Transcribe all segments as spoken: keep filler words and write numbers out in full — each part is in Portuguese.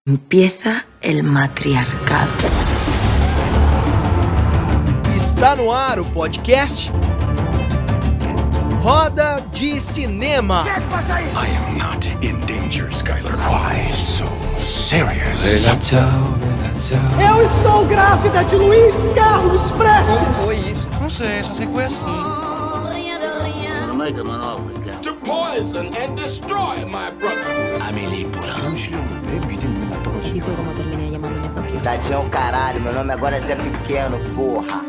Empieza el matriarcado. Está no ar o podcast Roda de Cinema. I am not in danger, Skylar. Why so serious? Eu estou grávida de Luiz Carlos Prestes. Como foi isso? Não sei, só sei que foi assim. To poison and destroy my brother. Amélie Poulain. Así fue como terminé llamándome Tokio. Tadinho, caralho, meu nome agora é Zé Pequeno, porra.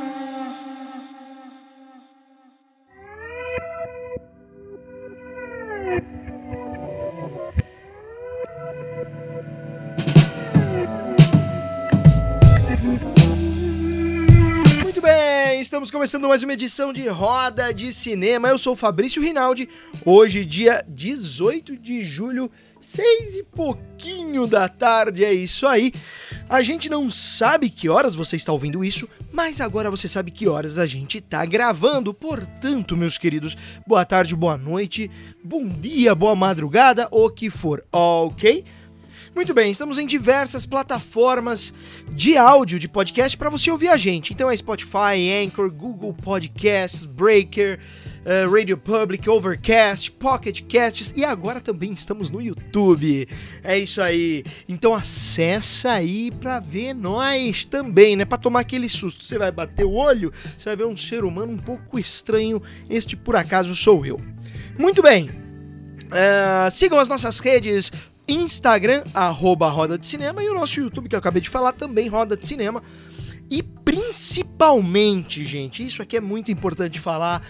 Muito bem, estamos começando mais uma edição de Roda de Cinema. Eu sou o Fabrício Rinaldi. Hoje, dia dezoito de julho, seis e pouquinho da tarde, é isso aí. A gente não sabe que horas você está ouvindo isso, mas agora você sabe que horas a gente está gravando. Portanto, meus queridos, boa tarde, boa noite, bom dia, boa madrugada, o que for, ok? Muito bem, estamos em diversas plataformas de áudio, de podcast, para você ouvir a gente. Então é Spotify, Anchor, Google Podcasts, Breaker, uh, Radio Public, Overcast, Pocket Casts e agora também estamos no YouTube. É isso aí. Então acessa aí para ver nós também, né? Para tomar aquele susto. Você vai bater o olho, você vai ver um ser humano um pouco estranho. Este, por acaso, sou eu. Muito bem. Uh, sigam as nossas redes... Instagram, arroba Roda de Cinema, e o nosso YouTube, que eu acabei de falar, também Roda de Cinema. E principalmente, gente, isso aqui é muito importante falar,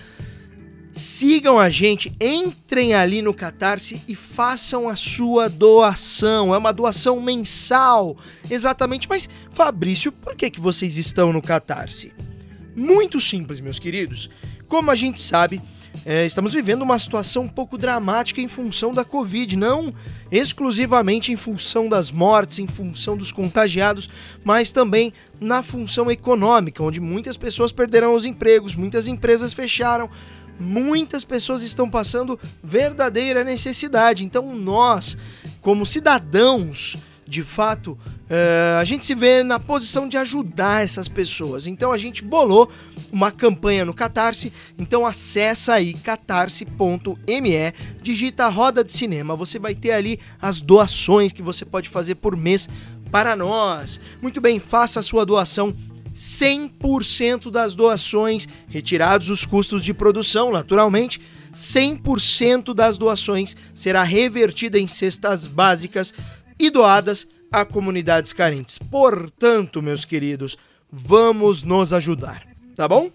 sigam a gente, entrem ali no Catarse e façam a sua doação. É uma doação mensal, exatamente. Mas, Fabrício, por que, que vocês estão no Catarse? Muito simples, meus queridos. Como a gente sabe... É, estamos vivendo uma situação um pouco dramática em função da Covid, não exclusivamente em função das mortes, em função dos contagiados, mas também na função econômica, onde muitas pessoas perderão os empregos, muitas empresas fecharam, muitas pessoas estão passando verdadeira necessidade. Então nós, como cidadãos, de fato, é, a gente se vê na posição de ajudar essas pessoas. Então a gente bolou uma campanha no Catarse, então acessa aí catarse ponto me, digita Roda de Cinema, você vai ter ali as doações que você pode fazer por mês para nós. Muito bem, faça a sua doação, cem por cento das doações, retirados os custos de produção, naturalmente, cem por cento das doações será revertida em cestas básicas e doadas a comunidades carentes. Portanto, meus queridos, vamos nos ajudar, tá bom?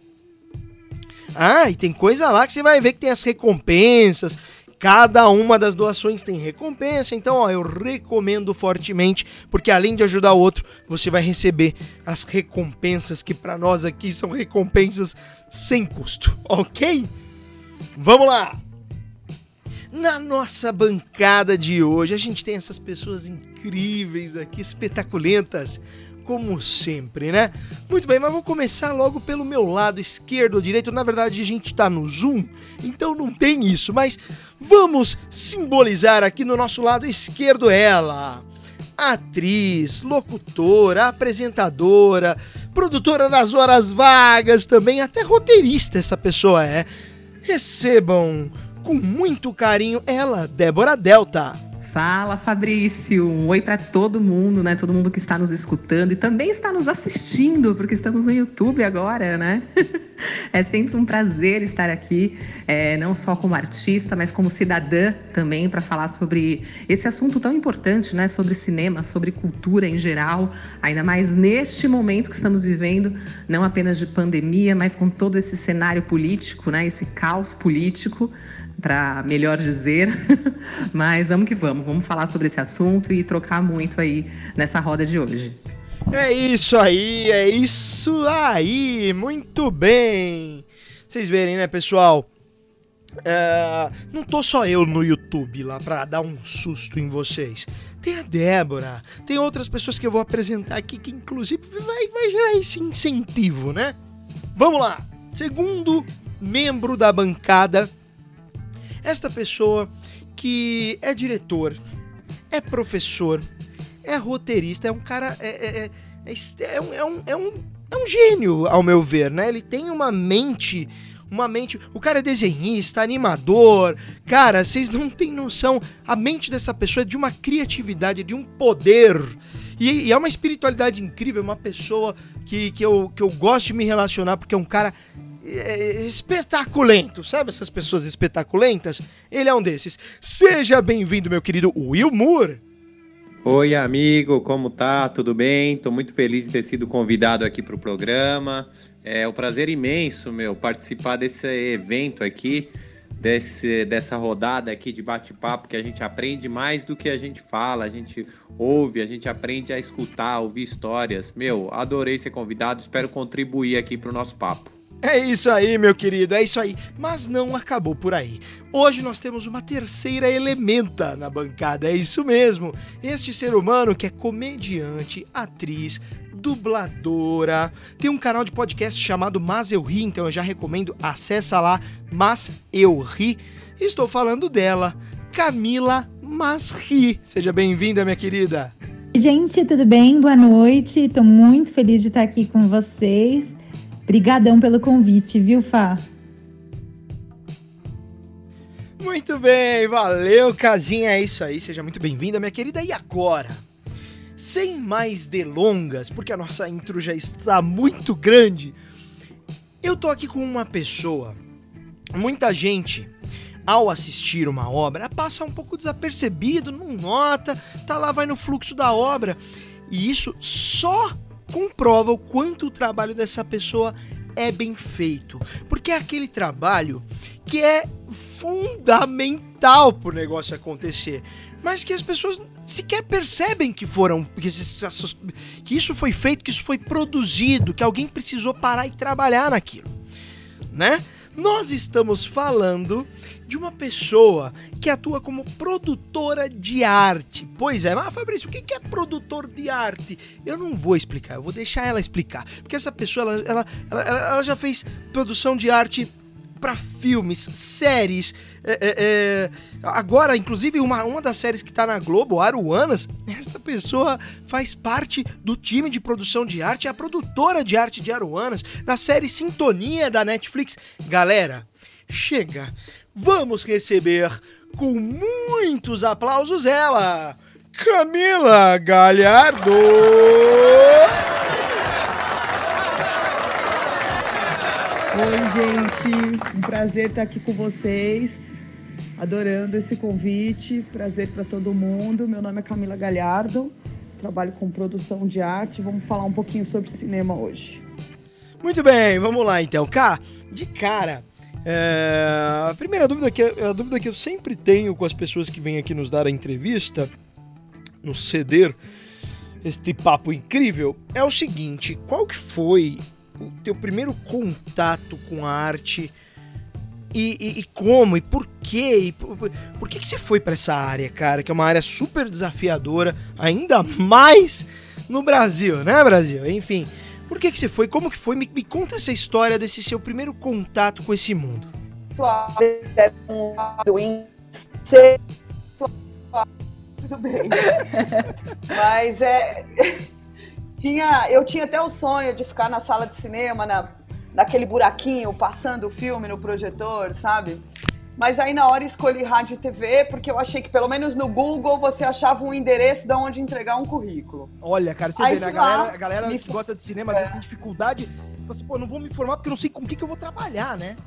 Ah, e tem coisa lá que você vai ver que tem as recompensas. Cada uma das doações tem recompensa. Então, ó, eu recomendo fortemente, porque além de ajudar o outro, você vai receber as recompensas que para nós aqui são recompensas sem custo, ok? Vamos lá! Na nossa bancada de hoje, a gente tem essas pessoas incríveis aqui, espetaculentas, como sempre, né? Muito bem, mas vou começar logo pelo meu lado esquerdo ou direito. Na verdade, a gente tá no Zoom, então não tem isso, mas vamos simbolizar aqui no nosso lado esquerdo ela, atriz, locutora, apresentadora, produtora das horas vagas também, até roteirista essa pessoa é. Recebam com muito carinho ela, Débora Delta. Fala, Fabrício, um oi para todo mundo, né? Todo mundo que está nos escutando e também está nos assistindo, porque estamos no YouTube agora, né? É sempre um prazer estar aqui, é, não só como artista, mas como cidadã também, para falar sobre esse assunto tão importante, né? Sobre cinema, sobre cultura em geral, ainda mais neste momento que estamos vivendo, não apenas de pandemia, mas com todo esse cenário político, né? Esse caos político, para melhor dizer, mas vamos que vamos, vamos falar sobre esse assunto e trocar muito aí nessa roda de hoje. É isso aí, é isso aí, muito bem. Vocês verem, né, pessoal? É, não tô só eu no YouTube lá pra dar um susto em vocês. Tem a Débora, tem outras pessoas que eu vou apresentar aqui que inclusive vai, vai gerar esse incentivo, né? Vamos lá, segundo membro da bancada, esta pessoa que é diretor, é professor, é roteirista, é um cara... É, é, é, é, um, é, um, é, um, é um gênio, ao meu ver, né? Ele tem uma mente... Uma mente... O cara é desenhista, animador... Cara, vocês não têm noção... A mente dessa pessoa é de uma criatividade, de um poder... E, e é uma espiritualidade incrível, uma pessoa que, que, eu, que eu gosto de me relacionar, porque é um cara é, espetaculento, sabe essas pessoas espetaculentas? Ele é um desses. Seja bem-vindo, meu querido Will Moore. Oi, amigo, como tá? Tudo bem? Tô muito feliz de ter sido convidado aqui pro programa. É um prazer imenso, meu, participar desse evento aqui. Desse, dessa rodada aqui de bate-papo, que a gente aprende mais do que a gente fala, a gente ouve, a gente aprende a escutar, a ouvir histórias. Meu, adorei ser convidado, espero contribuir aqui pro nosso papo. É isso aí, meu querido, é isso aí. Mas não acabou por aí. Hoje nós temos uma terceira elementa na bancada, é isso mesmo. Este ser humano que é comediante, atriz, dubladora, tem um canal de podcast chamado Mas Eu Ri, então eu já recomendo, acessa lá, Mas Eu Ri. Estou falando dela, Camila Mas Ri. Seja bem-vinda, minha querida. Gente, tudo bem? Boa noite, estou muito feliz de estar aqui com vocês. Obrigadão pelo convite, viu, Fá? Muito bem, valeu, casinha, é isso aí, seja muito bem-vinda, minha querida. E agora, sem mais delongas, porque a nossa intro já está muito grande, eu tô aqui com uma pessoa, muita gente, ao assistir uma obra, passa um pouco desapercebido, não nota, tá lá, vai no fluxo da obra, e isso só comprova o quanto o trabalho dessa pessoa é bem feito, porque é aquele trabalho que é fundamental pro negócio acontecer, mas que as pessoas sequer percebem que foram, que, esses, que isso foi feito, que isso foi produzido, que alguém precisou parar e trabalhar naquilo, né? Nós estamos falando de uma pessoa que atua como produtora de arte. Pois é, mas Fabrício, o que é produtor de arte? Eu não vou explicar, eu vou deixar ela explicar. Porque essa pessoa, ela, ela, ela, ela já fez produção de arte para filmes, séries, é, é, é, agora, inclusive, uma, uma das séries que tá na Globo, Aruanas, essa pessoa faz parte do time de produção de arte, é a produtora de arte de Aruanas, da série Sintonia da Netflix. Galera, chega, vamos receber com muitos aplausos ela, Camila Galhardo! Oi, gente, um prazer estar aqui com vocês, adorando esse convite, prazer para todo mundo. Meu nome é Camila Galhardo, trabalho com produção de arte, vamos falar um pouquinho sobre cinema hoje. Muito bem, vamos lá então. Cá, de cara, é... a primeira dúvida que, a dúvida que eu sempre tenho com as pessoas que vêm aqui nos dar a entrevista, nos ceder este papo incrível, é o seguinte: qual que foi o teu primeiro contato com a arte e, e, e como, e por quê? E por, por que que você foi para essa área, cara? Que é uma área super desafiadora, ainda mais no Brasil, né, Brasil? Enfim, por que que você foi? Como que foi? Me, me conta essa história desse seu primeiro contato com esse mundo. Tudo bem. Mas é... Tinha, eu tinha até o sonho de ficar na sala de cinema, na, naquele buraquinho, passando o filme no projetor, sabe? Mas aí na hora escolhi rádio e T V, porque eu achei que pelo menos no Google você achava um endereço de onde entregar um currículo. Olha, cara, você aí vê, né? A galera, a galera que gosta de cinema às vezes tem dificuldade, fala assim, pô, não vou me informar porque eu não sei com o que, que eu vou trabalhar, né?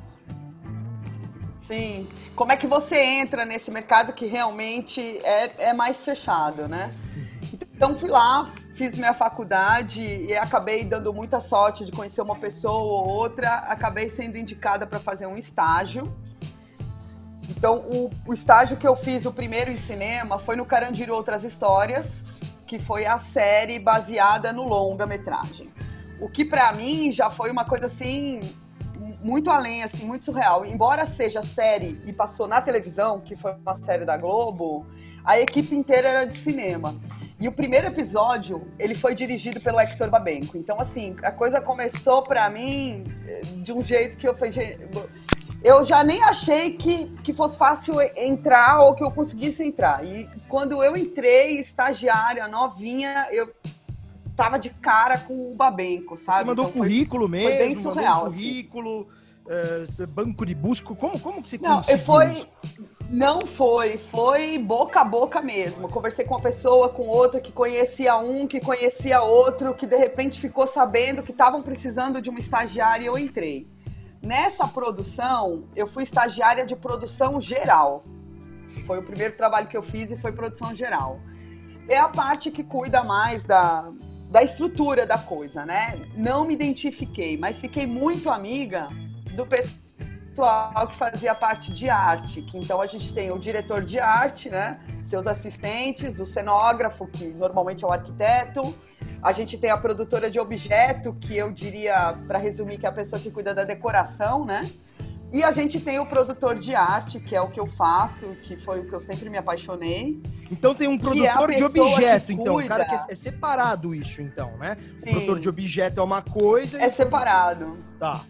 Sim. Como é que você entra nesse mercado que realmente é, é mais fechado, né? Então fui lá, fiz minha faculdade e acabei dando muita sorte de conhecer uma pessoa ou outra, acabei sendo indicada para fazer um estágio. Então o, o estágio que eu fiz, o primeiro em cinema, foi no Carandiru Outras Histórias, que foi a série baseada no longa-metragem. O que para mim já foi uma coisa assim, muito além, assim, muito surreal. Embora seja série e passou na televisão, que foi uma série da Globo, a equipe inteira era de cinema. E o primeiro episódio, ele foi dirigido pelo Hector Babenco. Então, assim, a coisa começou pra mim de um jeito que eu falei... eu já nem achei que, que fosse fácil entrar ou que eu conseguisse entrar. E quando eu entrei, estagiária, novinha, eu tava de cara com o Babenco, sabe? Você mandou então, currículo foi, mesmo? Foi bem surreal, mandou currículo, assim. uh, banco de busca, como, como que você não, conseguiu foi, isso? Não foi, foi boca a boca mesmo. Conversei com uma pessoa, com outra, que conhecia um, que conhecia outro, que de repente ficou sabendo que estavam precisando de uma estagiária e eu entrei. Nessa produção, eu fui estagiária de produção geral. Foi o primeiro trabalho que eu fiz e foi produção geral. É a parte que cuida mais da, da estrutura da coisa, né? Não me identifiquei, mas fiquei muito amiga do pessoal que fazia parte de arte. Que, então a gente tem o diretor de arte, né? Seus assistentes, o cenógrafo, que normalmente é o arquiteto. A gente tem a produtora de objeto, que eu diria, para resumir, que é a pessoa que cuida da decoração, né? E a gente tem o produtor de arte, que é o que eu faço, que foi o que eu sempre me apaixonei. Então tem um produtor é de objeto, então. O cara que é, é separado isso, então, né? Sim. O produtor de objeto é uma coisa... É e separado. Tá.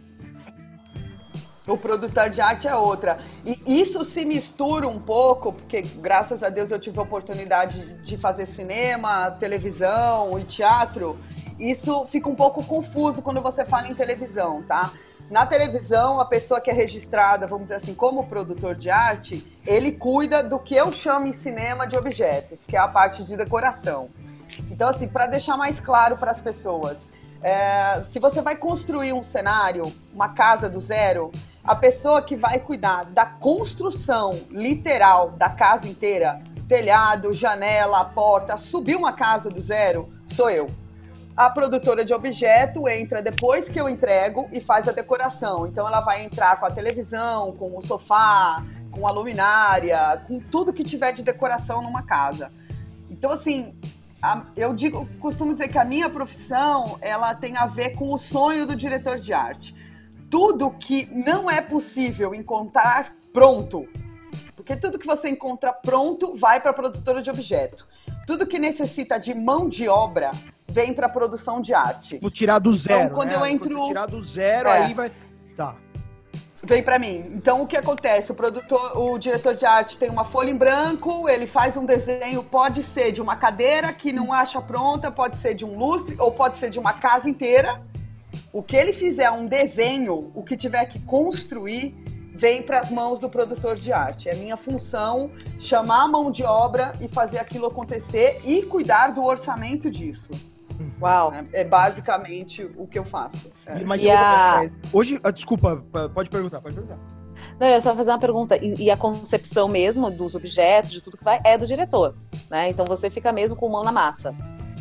O produtor de arte é outra. E isso se mistura um pouco, porque graças a Deus eu tive a oportunidade de fazer cinema, televisão e teatro. Isso fica um pouco confuso quando você fala em televisão, tá? Na televisão, a pessoa que é registrada, vamos dizer assim, como produtor de arte, ele cuida do que eu chamo em cinema de objetos, que é a parte de decoração. Então, assim, para deixar mais claro para as pessoas, é, se você vai construir um cenário, uma casa do zero, a pessoa que vai cuidar da construção literal da casa inteira, telhado, janela, porta, subir uma casa do zero, sou eu. A produtora de objeto entra depois que eu entrego e faz a decoração. Então ela vai entrar com a televisão, com o sofá, com a luminária, com tudo que tiver de decoração numa casa. Então, assim, a, eu digo, costumo dizer que a minha profissão, ela tem a ver com o sonho do diretor de arte. Tudo que não é possível encontrar pronto, porque tudo que você encontra pronto vai para a produtora de objeto. Tudo que necessita de mão de obra vem para a produção de arte. Vou tirar do zero, então, quando né? eu entro... Quando você tirar do zero, é. aí vai... Tá. Vem para mim. Então, o que acontece? O produtor, o diretor de arte tem uma folha em branco, ele faz um desenho, pode ser de uma cadeira que não acha pronta, pode ser de um lustre, ou pode ser de uma casa inteira. O que ele fizer um desenho, o que tiver que construir, vem para as mãos do produtor de arte. É minha função chamar a mão de obra e fazer aquilo acontecer e cuidar do orçamento disso. Uau! É, é basicamente o que eu faço. É. Mas e eu, a... hoje, ah, desculpa, pode perguntar, pode perguntar. Não, eu só fazer uma pergunta. E, e a concepção mesmo dos objetos, de tudo que vai, é do diretor, né? Então você fica mesmo com mão na massa.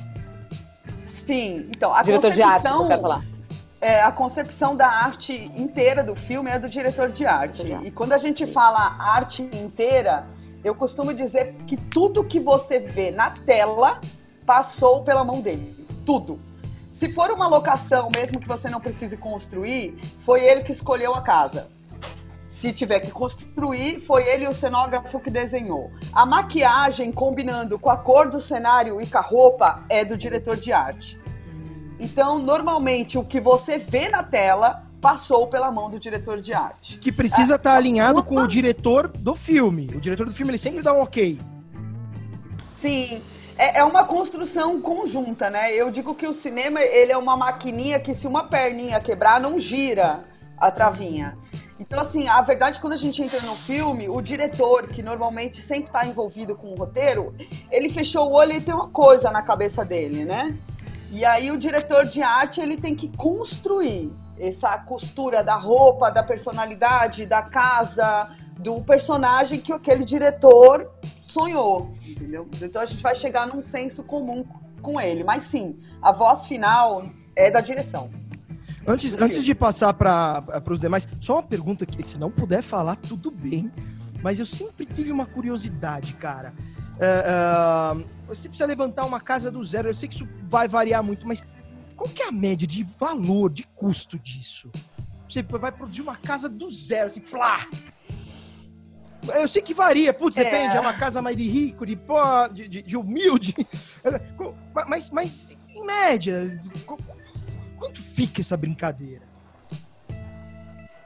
Sim, então a diretor concepção... de arte, eu quero falar. É, a concepção da arte inteira do filme é do diretor de arte. Legal. E quando a gente fala arte inteira, eu costumo dizer que tudo que você vê na tela passou pela mão dele. Tudo. Se for uma locação, mesmo que você não precise construir, foi ele que escolheu a casa. Se tiver que construir, foi ele o cenógrafo que desenhou. A maquiagem, combinando com a cor do cenário e com a roupa, é do diretor de arte. Então, normalmente, o que você vê na tela passou pela mão do diretor de arte. Que precisa estar ah, tá alinhado com o diretor do filme. O diretor do filme, ele sempre dá um ok. Sim, é, é uma construção conjunta, né? Eu digo que o cinema, ele é uma maquininha que se uma perninha quebrar, não gira a travinha. Então, assim, a verdade, quando a gente entra no filme, o diretor, que normalmente sempre está envolvido com o roteiro, ele fechou o olho e tem uma coisa na cabeça dele, né? E aí o diretor de arte, ele tem que construir essa costura da roupa, da personalidade, da casa, do personagem que aquele diretor sonhou, entendeu? Então a gente vai chegar num senso comum com ele. Mas sim, a voz final é da direção. Antes, antes de passar para os demais, só uma pergunta que, se não puder falar, tudo bem. Mas eu sempre tive uma curiosidade, cara. Uh, uh, você precisa levantar uma casa do zero. Eu sei que isso vai variar muito, mas qual que é a média de valor, de custo disso? Você vai produzir uma casa do zero, assim, plá! Eu sei que varia, putz, é. depende, é uma casa mais de rico, de, pó, de, de, de humilde. Mas, mas, em média, quanto fica essa brincadeira?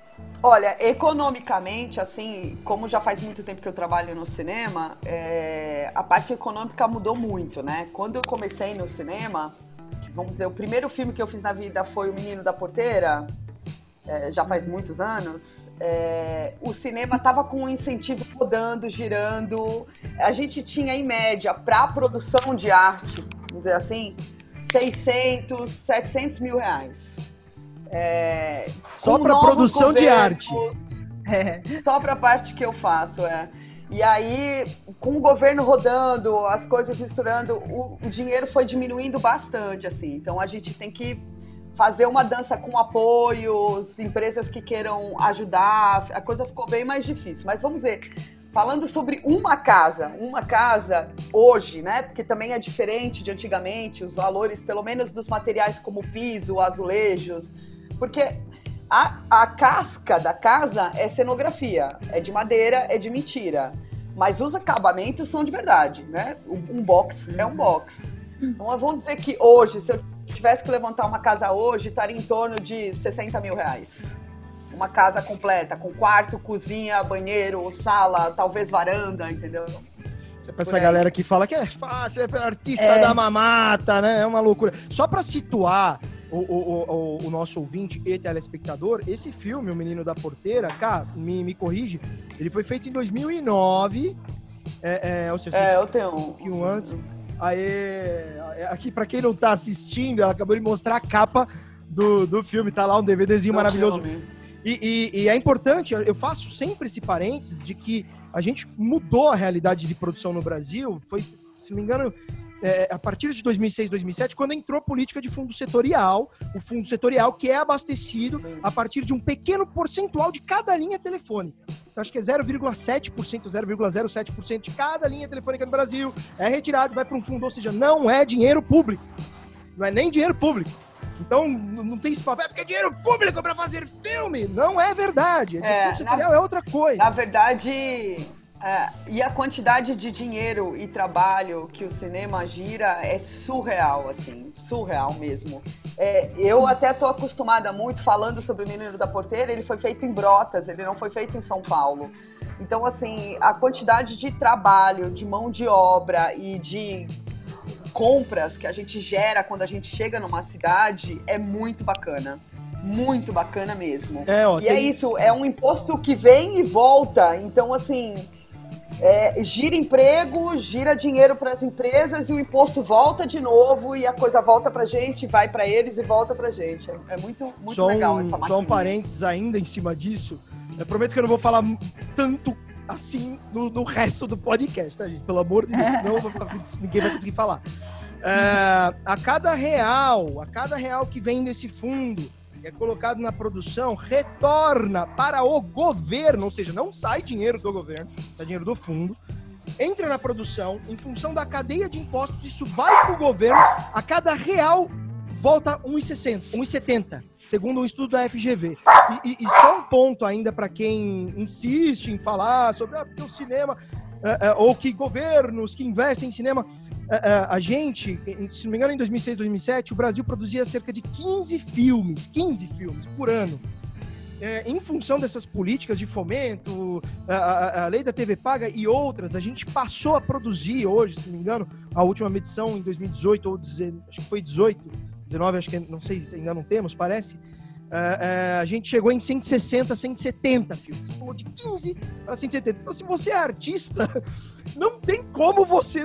Olha, economicamente, assim, como já faz muito tempo que eu trabalho no cinema, é, a parte econômica mudou muito, né? Quando eu comecei no cinema, que, vamos dizer, o primeiro filme que eu fiz na vida foi O Menino da Porteira, é, já faz muitos anos, é, o cinema estava com um incentivo rodando, girando. A gente tinha, em média, para produção de arte, vamos dizer assim, seiscentos, setecentos mil reais. É, só para produção de arte. É, só para a parte que eu faço, é. E aí, com o governo rodando, as coisas misturando, o, o dinheiro foi diminuindo bastante, assim. Então a gente tem que fazer uma dança com apoios, empresas que queiram ajudar, a coisa ficou bem mais difícil. Mas vamos ver, falando sobre uma casa, uma casa hoje, né? Porque também é diferente de antigamente, os valores, pelo menos dos materiais como piso, azulejos. Porque a, a casca da casa é cenografia, é de madeira, é de mentira. Mas os acabamentos são de verdade, né? Um box é um box. Então vamos dizer que hoje, se eu tivesse que levantar uma casa hoje, estaria em torno de sessenta mil reais. Uma casa completa, com quarto, cozinha, banheiro, sala, talvez varanda, entendeu? Você pra essa galera que fala que é fácil, é artista é. da mamata, né? É uma loucura. Só pra situar o, o, o, o nosso ouvinte e telespectador, esse filme, O Menino da Porteira, cara, me, me corrige, ele foi feito em dois mil e nove. É, é, ou seja, é eu tenho um, um pouquinho antes. Aí, aqui, pra quem não tá assistindo, ela acabou de mostrar a capa do, do filme, tá lá um DVDzinho do maravilhoso. Filme. E, e, e é importante, eu faço sempre esse parênteses de que a gente mudou a realidade de produção no Brasil, foi, se não me engano, é, a partir de dois mil e seis, dois mil e sete, quando entrou a política de fundo setorial, o fundo setorial que é abastecido a partir de um pequeno percentual de cada linha telefônica. Então, acho que é zero vírgula sete por cento, zero vírgula zero sete por cento de cada linha telefônica no Brasil é retirado, vai para um fundo, ou seja, não é dinheiro público. Não é nem dinheiro público. Então, não tem esse papel, porque é dinheiro público para fazer filme. Não é verdade. É, fundo setorial na, é outra coisa. Na verdade, é, e a quantidade de dinheiro e trabalho que o cinema gira é surreal, assim, surreal mesmo. É, eu até tô acostumada muito falando sobre O Menino da Porteira, ele foi feito em Brotas, ele não foi feito em São Paulo. Então, assim, a quantidade de trabalho, de mão de obra e de compras que a gente gera quando a gente chega numa cidade é muito bacana. Muito bacana mesmo. É, ó, e tem... é isso, é um imposto que vem e volta. Então, assim, é, gira emprego, gira dinheiro para as empresas e o imposto volta de novo e a coisa volta pra gente, vai para eles e volta pra gente. É, é muito, muito só legal um, essa máquina. Só um parênteses ainda em cima disso. Eu prometo que eu não vou falar tanto assim no, no resto do podcast, tá, gente? Pelo amor de Deus, senão eu vou falar, ninguém vai conseguir falar. É, a cada real, a cada real que vem desse fundo, que é colocado na produção, retorna para o governo, ou seja, não sai dinheiro do governo, sai dinheiro do fundo, entra na produção, em função da cadeia de impostos, isso vai para o governo, a cada real volta um real e setenta centavos, segundo um estudo da F G V. E, e, e só um ponto ainda para quem insiste em falar sobre ah, porque o cinema, uh, uh, ou que governos que investem em cinema, uh, uh, a gente, se não me engano, em dois mil e seis, dois mil e sete, o Brasil produzia cerca de quinze filmes, quinze filmes por ano. É, em função dessas políticas de fomento, a, a, a lei da T V paga e outras, a gente passou a produzir hoje, se não me engano, a última medição em dois mil e dezoito, ou dezenove, acho que foi dezoito, dezenove, acho que não sei, ainda não temos, parece. É, é, a gente chegou em cento e sessenta, cento e setenta filmes. Pulou de quinze para cento e setenta. Então, se você é artista, não tem como você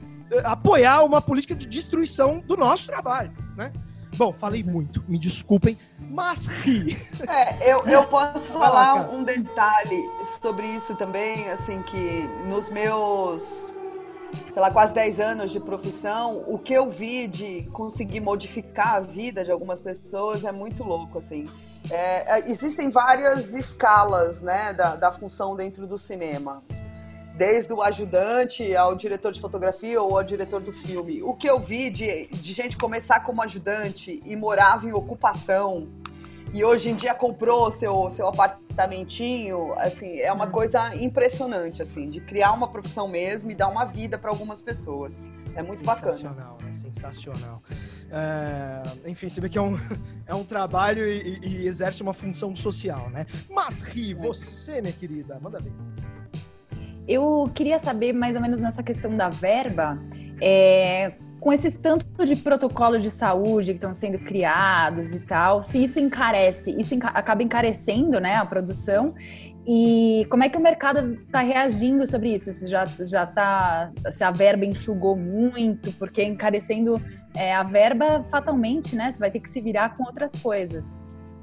apoiar uma política de destruição do nosso trabalho, né? Bom, falei muito, me desculpem, mas ri. É, eu, eu posso falar um detalhe sobre isso também, assim, que nos meus, sei lá, quase dez anos de profissão, o que eu vi de conseguir modificar a vida de algumas pessoas é muito louco, assim. É, existem várias escalas, né, da, da função dentro do cinema. Desde o ajudante ao diretor de fotografia ou ao diretor do filme. O que eu vi de, de gente começar como ajudante e morava em ocupação e hoje em dia comprou seu, seu apartamentinho, assim, é uma Hum. coisa impressionante, assim, de criar uma profissão mesmo e dar uma vida para algumas pessoas. É muito bacana. Sensacional, né? Sensacional. É, enfim, você vê que é um, é um trabalho e, e exerce uma função social, né? Mas, Ri, você, minha querida, manda ver. Eu queria saber, mais ou menos nessa questão da verba, é, com esses tanto de protocolos de saúde que estão sendo criados e tal, se isso encarece, isso enca- acaba encarecendo, né, a produção, e como é que o mercado está reagindo sobre isso? Se já, já tá, se a verba enxugou muito, porque encarecendo é, a verba, fatalmente, né, você vai ter que se virar com outras coisas.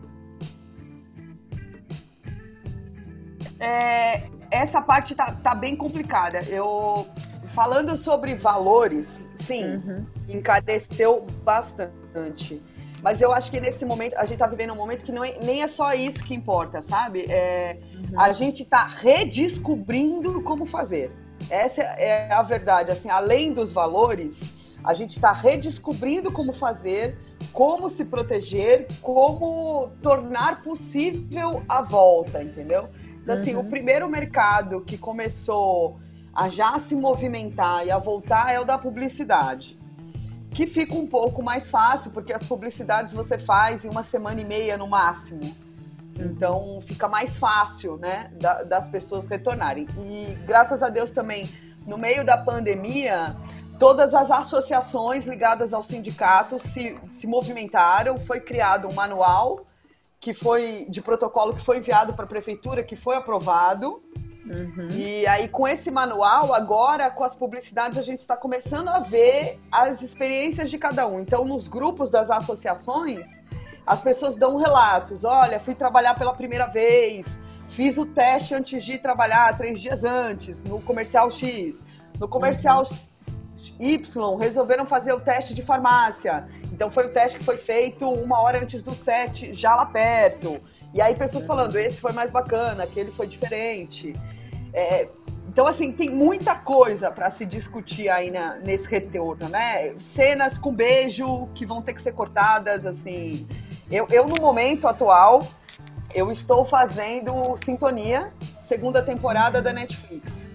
É, essa parte tá, tá bem complicada. Eu, falando sobre valores, sim, uhum. encareceu bastante. Mas eu acho que nesse momento, a gente tá vivendo um momento que não é, nem é só isso que importa, sabe? É, uhum. A gente tá redescobrindo como fazer. Essa é a verdade. Assim, além dos valores, a gente tá redescobrindo como fazer, como se proteger, como tornar possível a volta, entendeu? Então, assim, uhum. o primeiro mercado que começou a já se movimentar e a voltar é o da publicidade. Que fica um pouco mais fácil, porque as publicidades você faz em uma semana e meia no máximo. Então, fica mais fácil, né, da, das pessoas retornarem. E, graças a Deus também, no meio da pandemia, todas as associações ligadas ao sindicato se, se movimentaram, foi criado um manual que foi de protocolo que foi enviado para a prefeitura, que foi aprovado. Uhum. E aí, com esse manual, agora, com as publicidades, a gente está começando a ver as experiências de cada um. Então, nos grupos das associações, as pessoas dão relatos. Olha, fui trabalhar pela primeira vez, fiz o teste antes de trabalhar, três dias antes, no comercial X. No comercial uhum. Y, resolveram fazer o teste de farmácia. Então, foi o teste que foi feito uma hora antes do set, já lá perto. E aí, pessoas falando, esse foi mais bacana, aquele foi diferente. É, então, assim, tem muita coisa para se discutir aí na, nesse retorno, né? Cenas com beijo que vão ter que ser cortadas, assim. Eu, eu, no momento atual, eu estou fazendo Sintonia, segunda temporada da Netflix.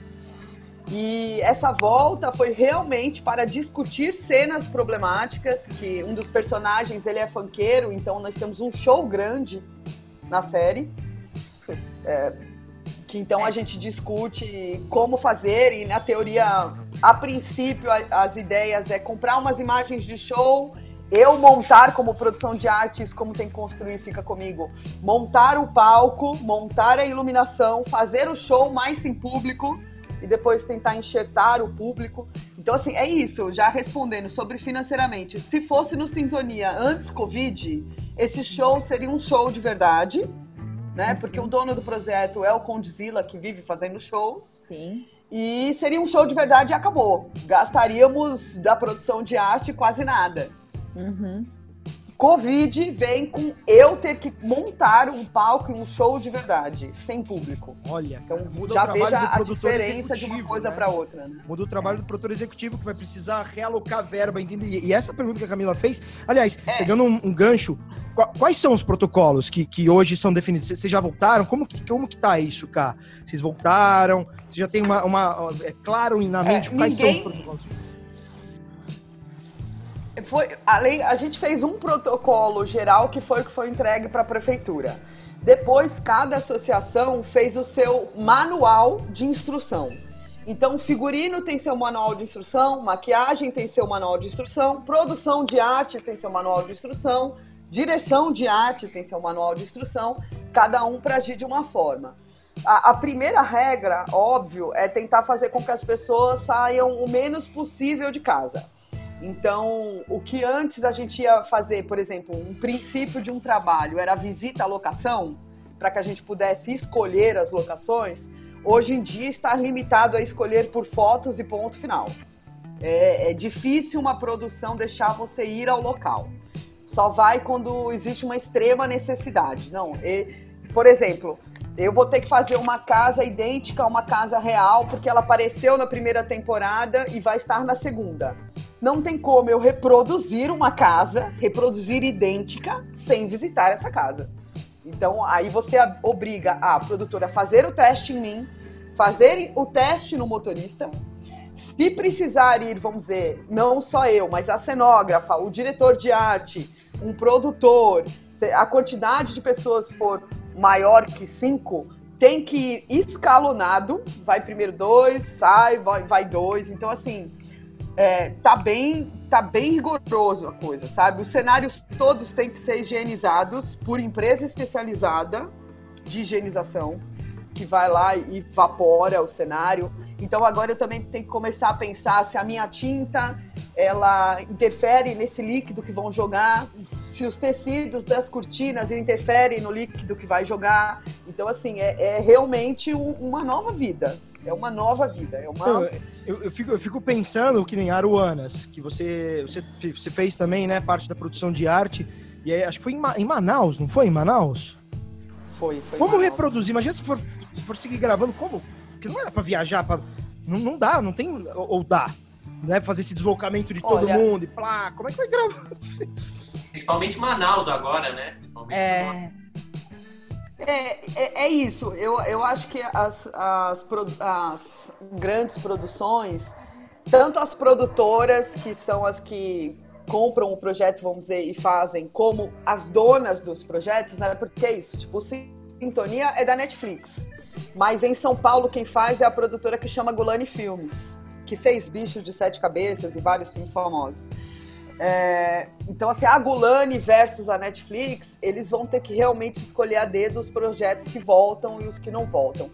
E essa volta foi realmente para discutir cenas problemáticas, que um dos personagens, ele é funkeiro, então nós temos um show grande na série. É, que então a gente discute como fazer, e na teoria, a princípio, a, as ideias é comprar umas imagens de show, eu montar como produção de artes, como tem que construir, fica comigo, montar o palco, montar a iluminação, fazer o show mais sem público, e depois tentar enxertar o público. Então, assim, é isso. Já respondendo sobre financeiramente, se fosse no Sintonia antes Covid, esse show seria um show de verdade, né? Porque o dono do projeto é o Condzilla, que vive fazendo shows. Sim. E seria um show de verdade e acabou. Gastaríamos da produção de arte quase nada. Uhum. Covid vem com eu ter que montar um palco e um show de verdade, sem público. Olha, então muda já o trabalho veja do a produtor diferença de uma executivo, coisa né? para outra, né? Muda o trabalho do produtor executivo, que vai precisar realocar verba, entende? E essa pergunta que a Camila fez, aliás, é. pegando um, um gancho, quais são os protocolos que, que hoje são definidos? Vocês já voltaram? Como que, como que tá isso, Cá? Vocês voltaram? Você já tem uma, uma é claro na mente é, quais ninguém... são os protocolos? Foi, além, a gente fez um protocolo geral que foi o que foi entregue para a prefeitura. Depois, cada associação fez o seu manual de instrução. Então, figurino tem seu manual de instrução, maquiagem tem seu manual de instrução, produção de arte tem seu manual de instrução, direção de arte tem seu manual de instrução, cada um para agir de uma forma. A, a primeira regra, óbvio, é tentar fazer com que as pessoas saiam o menos possível de casa. Então, o que antes a gente ia fazer, por exemplo, um princípio de um trabalho era a visita à locação, para que a gente pudesse escolher as locações, hoje em dia está limitado a escolher por fotos e ponto final. É, é difícil uma produção deixar você ir ao local. Só vai quando existe uma extrema necessidade. Não, e, por exemplo, eu vou ter que fazer uma casa idêntica a uma casa real, porque ela apareceu na primeira temporada e vai estar na segunda. Não tem como eu reproduzir uma casa, reproduzir idêntica, sem visitar essa casa. Então, aí você obriga a produtora a fazer o teste em mim, fazer o teste no motorista. Se precisar ir, vamos dizer, não só eu, mas a cenógrafa, o diretor de arte, um produtor, a quantidade de pessoas for maior que cinco, tem que ir escalonado, vai primeiro dois, sai, vai, vai dois. Então, assim, é, tá bem, tá bem rigoroso a coisa, sabe? Os cenários todos têm que ser higienizados por empresa especializada de higienização, que vai lá e evapora o cenário. Então agora eu também tenho que começar a pensar se a minha tinta, ela interfere nesse líquido que vão jogar, se os tecidos das cortinas interferem no líquido que vai jogar. Então, assim, é, é realmente um, uma nova vida. É uma nova vida. É uma... eu, eu, eu, fico, eu fico pensando que nem Aruanas, que você, você, você fez também, né, parte da produção de arte, e aí, acho que foi em, Ma- em Manaus, não foi? Em Manaus? Foi, foi. Como Manaus. reproduzir? Imagina se for, se for seguir gravando, como? Porque não é pra viajar, pra... Não, não dá, não tem... Ou, ou dá, né? Fazer esse deslocamento de todo Olha... mundo e plá, como é que vai gravar? Principalmente Manaus agora, né? Principalmente É... É, é, é isso, eu, eu acho que as, as, as grandes produções, tanto as produtoras, que são as que compram o projeto, vamos dizer, e fazem, como as donas dos projetos, né? Porque é isso, tipo, o Sintonia é da Netflix, mas em São Paulo quem faz é a produtora que chama Gulani Filmes, que fez Bicho de Sete Cabeças e vários filmes famosos. É, então, assim, a Gulani versus a Netflix, eles vão ter que realmente escolher a dedo os projetos que voltam e os que não voltam.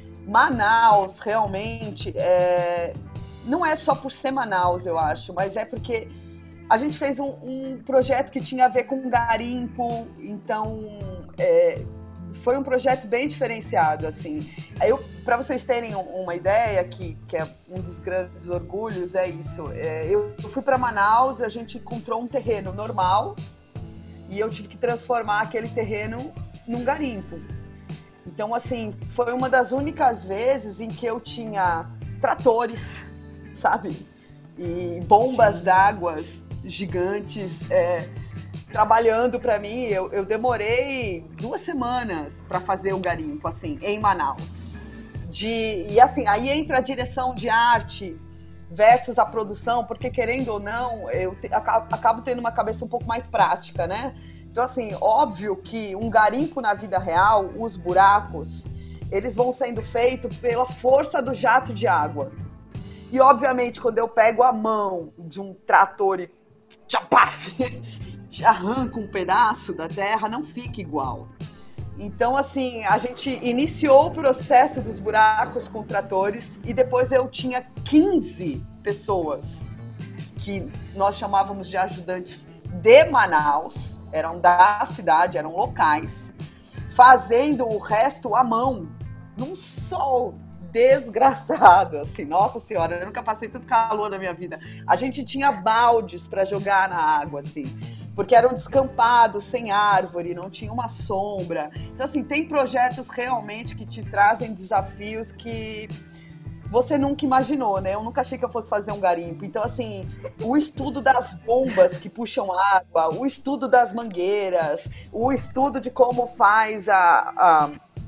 Manaus, realmente, é, não é só por ser Manaus, eu acho, mas é porque a gente fez um, um projeto que tinha a ver com garimpo, então é, foi um projeto bem diferenciado, assim. Para vocês terem uma ideia, que, que é um dos grandes orgulhos, é isso. É, eu, eu fui para Manaus, a gente encontrou um terreno normal e eu tive que transformar aquele terreno num garimpo. Então, assim, foi uma das únicas vezes em que eu tinha tratores, sabe? E bombas d'água gigantes, é, trabalhando para mim. Eu, eu demorei duas semanas para fazer o garimpo, assim, em Manaus. De, e assim, aí entra a direção de arte versus a produção, porque querendo ou não, eu te, acabo tendo uma cabeça um pouco mais prática, né? Então, assim, óbvio que um garimpo na vida real, os buracos, eles vão sendo feitos pela força do jato de água. E, obviamente, quando eu pego a mão de um trator e tchapaf, arranca um pedaço da terra, não fica igual. Então, assim, a gente iniciou o processo dos buracos com tratores e depois eu tinha quinze pessoas que nós chamávamos de ajudantes de Manaus, eram da cidade, eram locais, fazendo o resto à mão, num sol desgraçado, assim, nossa senhora, eu nunca passei tanto calor na minha vida. A gente tinha baldes para jogar na água, assim, porque eram descampados, sem árvore, não tinha uma sombra. Então, assim, tem projetos realmente que te trazem desafios que você nunca imaginou, né? Eu nunca achei que eu fosse fazer um garimpo. Então, assim, o estudo das bombas que puxam água, o estudo das mangueiras, o estudo de como faz a... a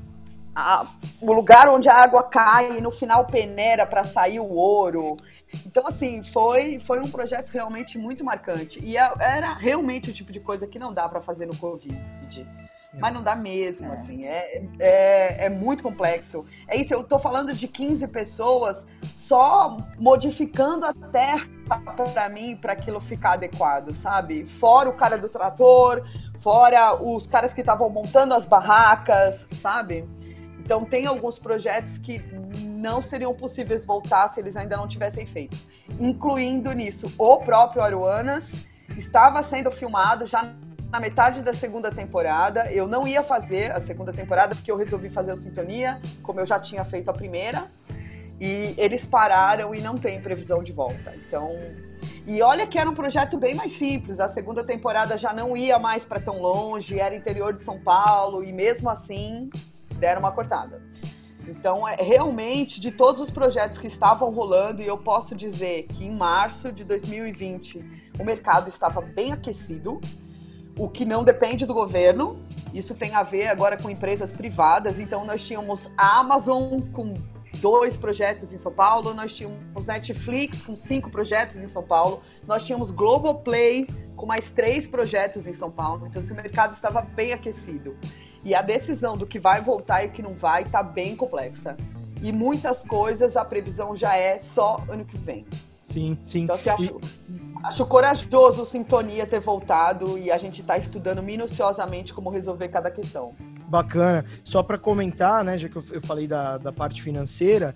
A, o lugar onde a água cai e no final peneira para sair o ouro. Então, assim, foi, foi um projeto realmente muito marcante. E era realmente o tipo de coisa que não dá para fazer no Covid. Mas não dá mesmo, assim. É, é, é muito complexo. É isso, eu tô falando de quinze pessoas só modificando a terra para mim, para aquilo ficar adequado, sabe? Fora o cara do trator, fora os caras que estavam montando as barracas, sabe? Então, tem alguns projetos que não seriam possíveis voltar se eles ainda não tivessem feitos. Incluindo nisso, o próprio Aruanas estava sendo filmado já na metade da segunda temporada. Eu não ia fazer a segunda temporada porque eu resolvi fazer o Sintonia, como eu já tinha feito a primeira. E eles pararam e não tem previsão de volta. Então... E olha que era um projeto bem mais simples. A segunda temporada já não ia mais para tão longe, era interior de São Paulo, e mesmo assim... deram uma cortada. Então, é, realmente, de todos os projetos que estavam rolando, e eu posso dizer que em março de dois mil e vinte o mercado estava bem aquecido, o que não depende do governo, Isso tem a ver agora com empresas privadas, então nós tínhamos a Amazon com dois projetos em São Paulo, nós tínhamos Netflix com cinco projetos em São Paulo, nós tínhamos Globoplay com mais três projetos em São Paulo, então esse mercado estava bem aquecido. E a decisão do que vai voltar e o que não vai está bem complexa. E muitas coisas, a previsão já é só ano que vem. Sim, sim. Então, assim, acho, acho corajoso o Sintonia ter voltado e a gente está estudando minuciosamente como resolver cada questão. Bacana. Só para comentar, né, já que eu, eu falei da, da parte financeira,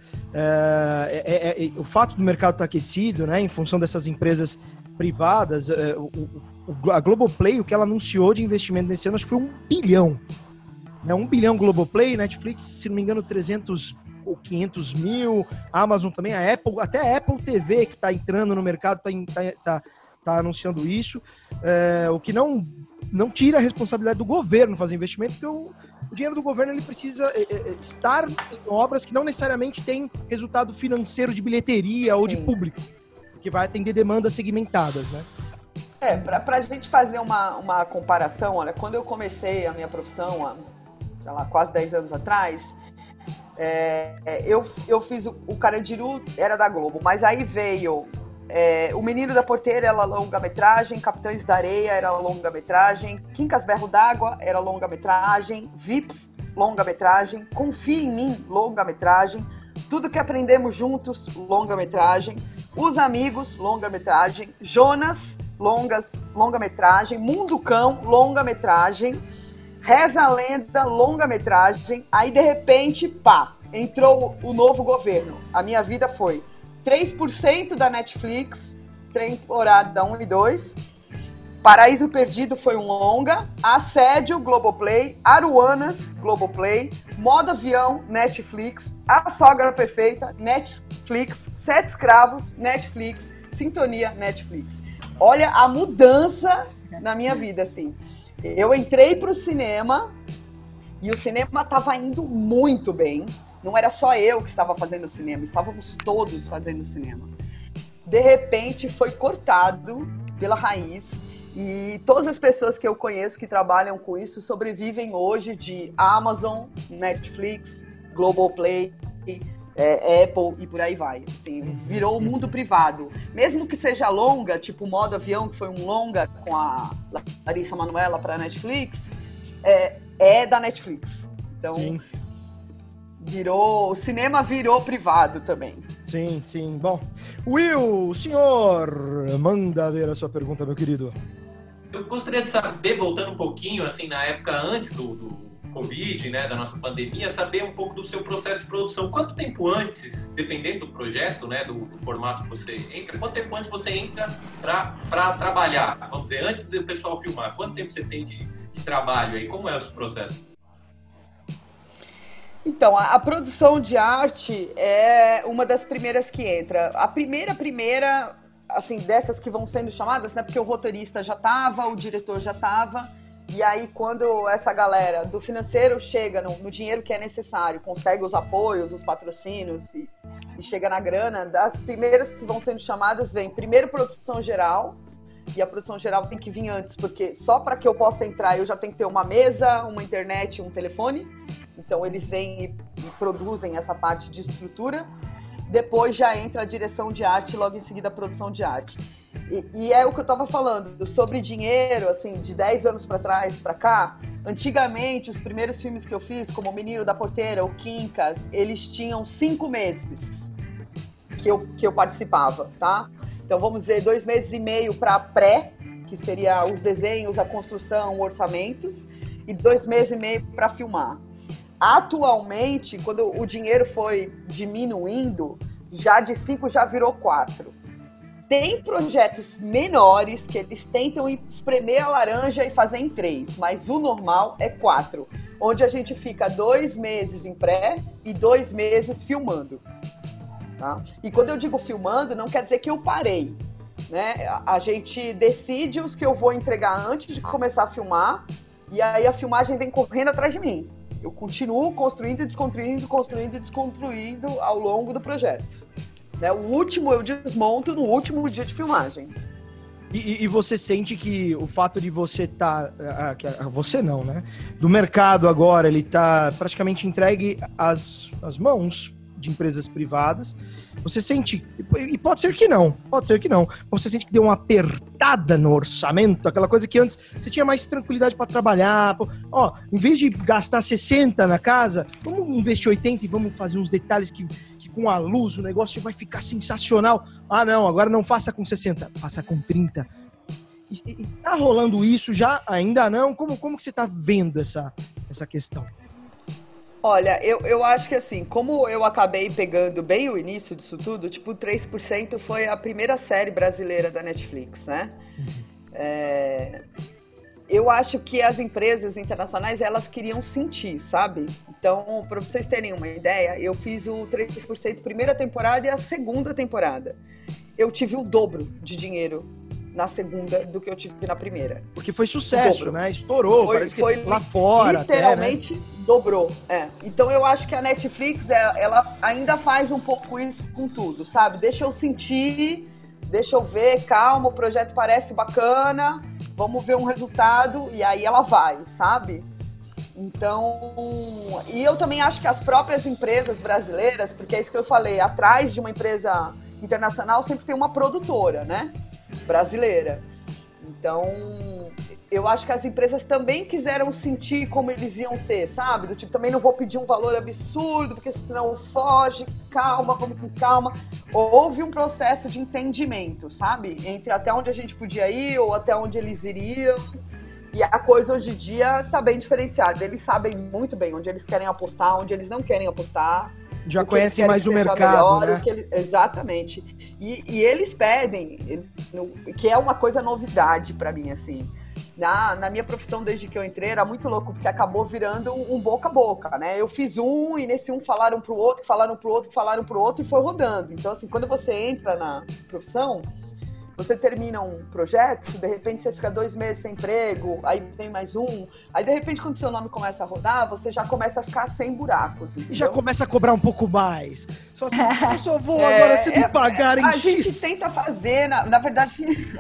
é, é, é, o fato do mercado estar aquecido, né, em função dessas empresas privadas, é, o, o, a Globoplay, o que ela anunciou de investimento nesse ano, acho que foi um bilhão. Né, um bilhão Globoplay, Netflix, se não me engano, trezentos ou quinhentos mil, a Amazon também, a Apple, até a Apple T V que está entrando no mercado, está tá, tá, tá anunciando isso, é, o que não, não tira a responsabilidade do governo fazer investimento, porque o, o dinheiro do governo ele precisa é, é, estar em obras que não necessariamente têm resultado financeiro de bilheteria ou Sim. de público, que vai atender demandas segmentadas, né? É, para a gente fazer uma, uma comparação, olha, quando eu comecei a minha profissão, há, sei lá, quase dez anos atrás, É, eu, eu fiz o, o Carandiru, era da Globo, mas aí veio é, O Menino da Porteira, era longa-metragem, Capitães da Areia, era longa-metragem, Quincas Berro d'Água, era longa-metragem, Vips, longa-metragem, Confia em Mim, longa-metragem, Tudo que Aprendemos Juntos, longa-metragem, Os Amigos, longa-metragem, Jonas, longas, longa-metragem, Mundo Cão, longa-metragem, Reza a Lenda, longa-metragem, aí de repente, pá, entrou o novo governo. A minha vida foi três por cento da Netflix, temporada um e dois, Paraíso Perdido foi um longa, Assédio, Globoplay, Aruanas, Globoplay, Modo Avião, Netflix, A Sogra Perfeita, Netflix, Sete Escravos, Netflix, Sintonia, Netflix. Olha a mudança na minha vida, assim. Eu entrei para o cinema e o cinema estava indo muito bem. Não era só eu que estava fazendo cinema, estávamos todos fazendo cinema. De repente foi cortado pela raiz e todas as pessoas que eu conheço que trabalham com isso sobrevivem hoje de Amazon, Netflix, Globoplay, é, Apple e por aí vai. Assim, virou o mundo privado. Mesmo que seja longa, tipo Modo Avião, que foi um longa com a Larissa Manoela para a Netflix, é, é da Netflix. Então, sim. virou, o cinema virou privado também. Sim, sim. Bom, Will, o senhor manda ver a sua pergunta, meu querido. Eu gostaria de saber, voltando um pouquinho, assim, na época antes do, do Covid, né, da nossa pandemia, saber um pouco do seu processo de produção. Quanto tempo antes, dependendo do projeto, né, do, do formato que você entra, quanto tempo antes você entra para trabalhar? Vamos dizer, antes do pessoal filmar, quanto tempo você tem de, de trabalho aí? Como é o seu processo? Então, a, a produção de arte é uma das primeiras que entra. A primeira, primeira, assim, dessas que vão sendo chamadas, né, porque o roteirista já estava, o diretor já estava. E aí, quando essa galera do financeiro chega no, no dinheiro que é necessário, consegue os apoios, os patrocínios e, e chega na grana, das primeiras que vão sendo chamadas vem primeiro produção geral, e a produção geral tem que vir antes, porque só para que eu possa entrar eu já tenho que ter uma mesa, uma internet, um telefone. Então eles vêm e, e produzem essa parte de estrutura. Depois já entra a direção de arte, logo em seguida a produção de arte. E, e é o que eu estava falando, sobre dinheiro, assim, de dez anos para trás, para cá. Antigamente, os primeiros filmes que eu fiz, como O Menino da Porteira, o Quincas, eles tinham cinco meses que eu, que eu participava, tá? Então, vamos dizer, dois meses e meio para pré, que seria os desenhos, a construção, orçamentos, e dois meses e meio para filmar. Atualmente, quando o dinheiro foi diminuindo, já de cinco já virou quatro. Tem projetos menores que eles tentam espremer a laranja e fazer em três, mas o normal é quatro, onde a gente fica dois meses em pré e dois meses filmando. Tá? E quando eu digo filmando, não quer dizer que eu parei. Né? A gente decide os que eu vou entregar antes de começar a filmar, e aí a filmagem vem correndo atrás de mim. Eu continuo construindo, desconstruindo, construindo e desconstruindo ao longo do projeto. Né? O último eu desmonto no último dia de filmagem. E, e você sente que o fato de você estar... Tá, você não, né? Do mercado agora, ele tá praticamente entregue às, às mãos de empresas privadas. Você sente... E pode ser que não, pode ser que não. Você sente que deu uma apertada no orçamento, aquela coisa que antes você tinha mais tranquilidade para trabalhar. Ó, em vez de gastar sessenta na casa, vamos investir oitenta e vamos fazer uns detalhes que, que com a luz o negócio vai ficar sensacional. Ah, não, agora não faça com sessenta, faça com trinta. E, e, tá rolando isso já? Ainda não? Como, como que você tá vendo essa, essa questão? Olha, eu, eu acho que assim, como eu acabei pegando bem o início disso tudo, tipo, três por cento foi a primeira série brasileira da Netflix, né? É, eu acho que as empresas internacionais, elas queriam sentir, sabe? Então, para vocês terem uma ideia, eu fiz o três por cento primeira temporada e a segunda temporada. Eu tive o dobro de dinheiro na segunda do que eu tive na primeira. Porque foi sucesso, né? Estourou, foi, parece que foi lá fora literalmente até, né? Dobrou, é. Então eu acho que a Netflix, ela ainda faz um pouco isso com tudo, sabe? Deixa eu sentir, deixa eu ver, calma, o projeto parece bacana, vamos ver um resultado, e aí ela vai, sabe? Então, e eu também acho que as próprias empresas brasileiras, porque é isso que eu falei, atrás de uma empresa internacional sempre tem uma produtora, né? Brasileira. Então, eu acho que as empresas também quiseram sentir como eles iam ser, sabe? Do tipo, também não vou pedir um valor absurdo, porque senão foge, calma, vamos com calma. Houve um processo de entendimento, sabe? Entre até onde a gente podia ir ou até onde eles iriam. E a coisa hoje em dia tá bem diferenciada. Eles sabem muito bem onde eles querem apostar, onde eles não querem apostar. Já conhecem mais o mercado, melhor, né? O que ele, exatamente. E, e eles pedem, que é uma coisa novidade pra mim, assim. Na, na minha profissão, desde que eu entrei, era muito louco, porque acabou virando um, um boca a boca, né? Eu fiz um, e nesse um falaram pro outro, falaram pro outro, falaram pro outro, e foi rodando. Então, assim, quando você entra na profissão, você termina um projeto, de repente você fica dois meses sem emprego, aí vem mais um, aí de repente quando seu nome começa a rodar, você já começa a ficar sem buracos, entendeu? Já começa a cobrar um pouco mais. Você fala assim, eu só vou é, agora se me pagarem A X. gente tenta fazer, na, na verdade,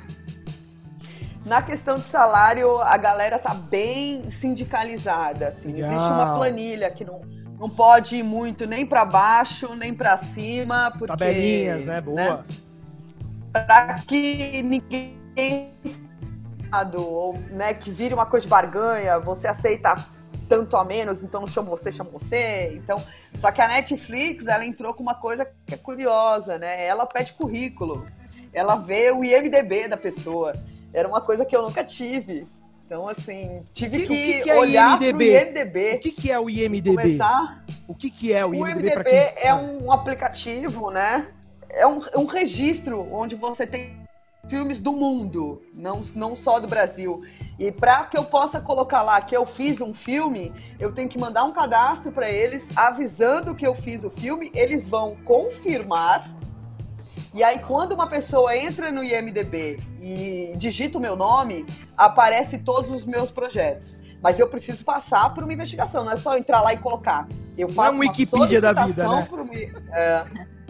na questão de salário, a galera tá bem sindicalizada, assim. Legal. Existe uma planilha que não, não pode ir muito nem para baixo, nem para cima, porque... Tabelinhas, né? Boa. Né? Para que ninguém, ou, né, que vire uma coisa de barganha, você aceita tanto a menos, então não chamo você, chamo você. Então, só que a Netflix, ela entrou com uma coisa que é curiosa, né? Ela pede currículo, ela vê o I M D B da pessoa. Era uma coisa que eu nunca tive. Então, assim, tive que, que, que é olhar para o I M D B. O que, que é o I M D B? Começar. O que, que é o I M D B? O I M D B é um aplicativo, né? É um, um registro onde você tem filmes do mundo, não, não só do Brasil. E para que eu possa colocar lá que eu fiz um filme, eu tenho que mandar um cadastro para eles, avisando que eu fiz o filme, eles vão confirmar. E aí, quando uma pessoa entra no I M D B e digita o meu nome, aparece todos os meus projetos. Mas eu preciso passar por uma investigação, não é só entrar lá e colocar. Eu faço não é um Wikipedia da vida, né? Pro, é,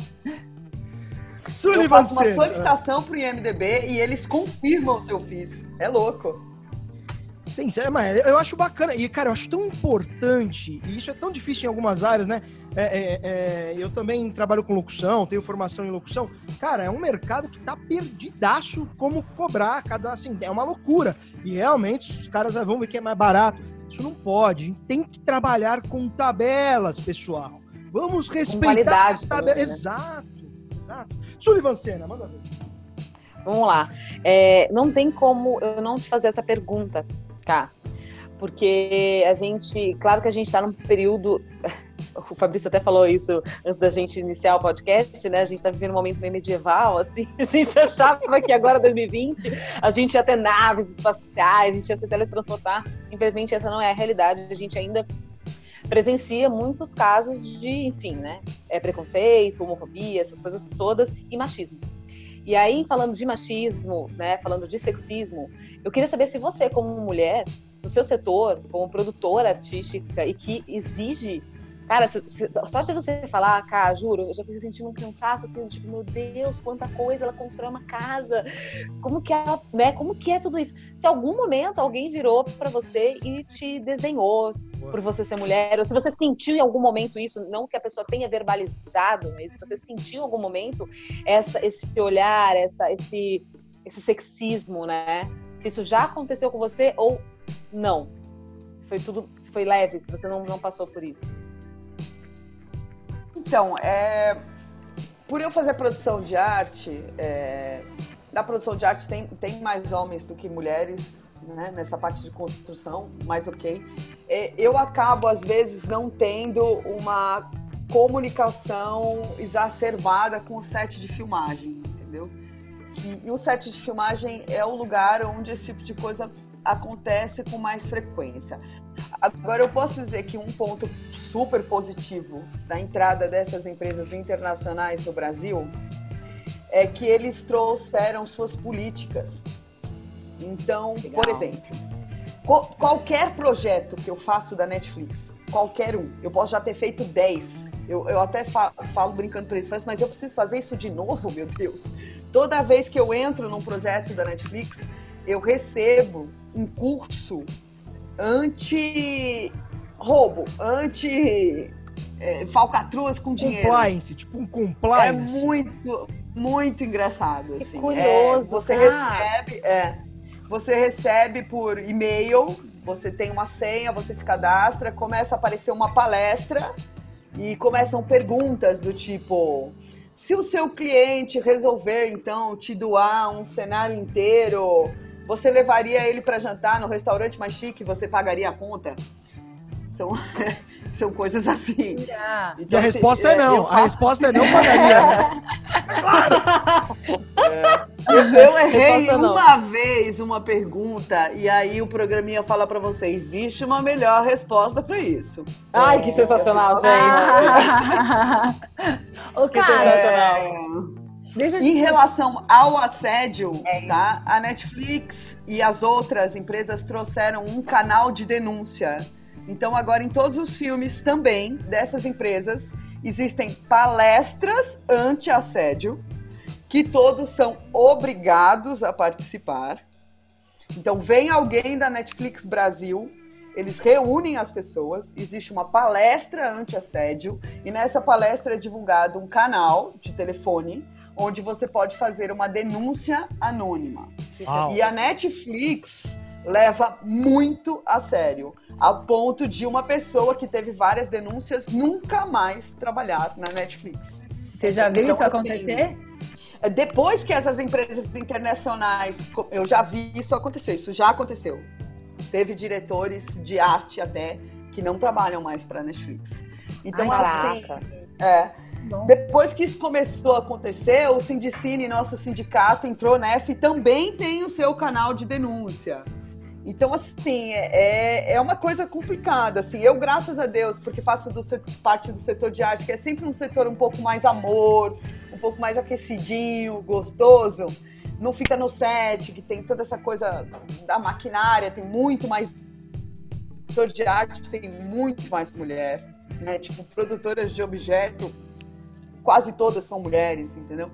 eu faço uma solicitação pro I M D B e eles confirmam se eu fiz. É louco. Sim, mas eu acho bacana. E, cara, eu acho tão importante, e isso é tão difícil em algumas áreas, né? É, é, é, eu também trabalho com locução, tenho formação em locução. Cara, é um mercado que tá perdidaço como cobrar. Cada, assim, é uma loucura. E realmente, os caras vão ver que é mais barato. Isso não pode. A gente tem que trabalhar com tabelas, pessoal. Vamos respeitar as tabelas. Né? Exato, exato. Sullivan Sena, manda ver. Vamos lá. É, não tem como eu não te fazer essa pergunta, Cá. Porque a gente, claro que a gente está num período, o Fabrício até falou isso antes da gente iniciar o podcast, né? A gente está vivendo um momento meio medieval, assim. A gente achava que agora, dois mil e vinte, a gente ia ter naves espaciais, a gente ia se teletransportar. Infelizmente, essa não é a realidade. A gente ainda presencia muitos casos de, enfim, né? É preconceito, homofobia, essas coisas todas, e machismo. E aí, falando de machismo, né, falando de sexismo, eu queria saber se você, como mulher, no seu setor, como produtora artística e que exige Cara, se, se, só de você falar, cara, juro, eu já fiquei sentindo um cansaço, assim, tipo, meu Deus, quanta coisa, ela constrói uma casa, como que ela, né, como que é tudo isso? Se algum momento alguém virou pra você e te desdenhou por você ser mulher, ou se você sentiu em algum momento isso, não que a pessoa tenha verbalizado, mas se você sentiu em algum momento essa, esse olhar, essa, esse, esse sexismo, né? Se isso já aconteceu com você ou não. Foi tudo, foi leve, se você não, não passou por isso. Então, é, por eu fazer produção de arte, é, na produção de arte tem, tem mais homens do que mulheres, né, nessa parte de construção, mas ok. É, eu acabo, às vezes, não tendo uma comunicação exacerbada com o set de filmagem, entendeu? E, e o set de filmagem é o lugar onde esse tipo de coisa acontece com mais frequência. Agora, eu posso dizer que um ponto super positivo da entrada dessas empresas internacionais no Brasil é que eles trouxeram suas políticas. Então, Legal. Por exemplo, qualquer projeto que eu faço da Netflix, qualquer um, eu posso já ter feito dez. Eu, eu até falo, falo brincando para eles, mas eu preciso fazer isso de novo, meu Deus. Toda vez que eu entro num projeto da Netflix, eu recebo um curso anti-roubo, anti-falcatruas com dinheiro. Compliance, tipo um compliance. É muito, muito engraçado, assim. Que curioso, é, você cara. recebe, é, você recebe por e-mail, você tem uma senha, você se cadastra, começa a aparecer uma palestra e começam perguntas do tipo: se o seu cliente resolver, então, te doar um cenário inteiro, você levaria ele para jantar no restaurante mais chique, você pagaria a conta? São, são coisas assim. Então, e a assim, resposta é não. Faço... A resposta é não pagaria. Né? Claro! É, eu, eu errei uma vez uma pergunta e aí o programinha fala para você: existe uma melhor resposta para isso. Ai, é, que sensacional, assim, gente! O que sensacional. É... Em relação ao assédio, é tá? A Netflix e as outras empresas trouxeram um canal de denúncia. Então, agora, em todos os filmes também dessas empresas, existem palestras anti-assédio, que todos são obrigados a participar. Então, vem alguém da Netflix Brasil, eles reúnem as pessoas, existe uma palestra anti-assédio, e nessa palestra é divulgado um canal de telefone, onde você pode fazer uma denúncia anônima. Uau. E a Netflix leva muito a sério, ao ponto de uma pessoa que teve várias denúncias nunca mais trabalhar na Netflix. Você já viu então, isso acontecer? Assim, depois que essas empresas internacionais, eu já vi isso acontecer, isso já aconteceu. Teve diretores de arte até que não trabalham mais para a Netflix. Então, Ai, assim, é, depois que isso começou a acontecer, o Sindicine, nosso sindicato, entrou nessa e também tem o seu canal de denúncia. Então, assim, é, é uma coisa complicada, assim. Eu, graças a Deus, porque faço do, parte do setor de arte, que é sempre um setor um pouco mais amor, um pouco mais aquecidinho, gostoso, não fica no set, que tem toda essa coisa da maquinária, tem muito mais... O setor de arte tem muito mais mulher, né? Tipo, produtoras de objeto, quase todas são mulheres, entendeu?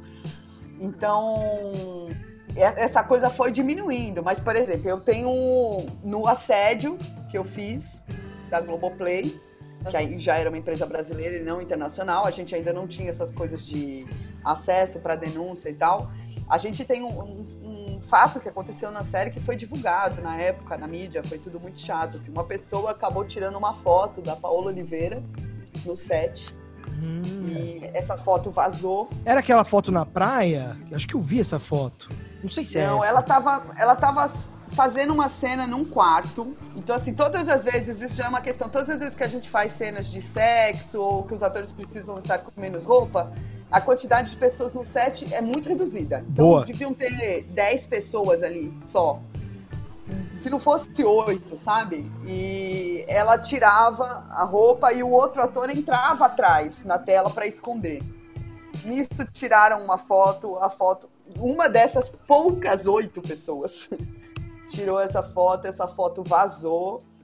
Então... essa coisa foi diminuindo, mas, por exemplo, eu tenho no assédio que eu fiz da Globoplay, que aí já era uma empresa brasileira e não internacional, a gente ainda não tinha essas coisas de acesso para denúncia e tal. A gente tem um, um, um fato que aconteceu na série que foi divulgado na época, na mídia, foi tudo muito chato. Assim, uma pessoa acabou tirando uma foto da Paola Oliveira no set. Hum. E essa foto vazou. Era aquela foto na praia? Acho que eu vi essa foto. Não sei se é Não, essa. ela tava, ela tava fazendo uma cena num quarto. Então, assim, todas as vezes, isso já é uma questão, todas as vezes que a gente faz cenas de sexo ou que os atores precisam estar com menos roupa, a quantidade de pessoas no set é muito reduzida. Então, Boa. Deviam ter dez pessoas ali só. Se não fosse oito, sabe? E ela tirava a roupa e o outro ator entrava atrás na tela para esconder. Nisso tiraram uma foto, a foto, uma dessas poucas oito pessoas tirou essa foto, essa foto vazou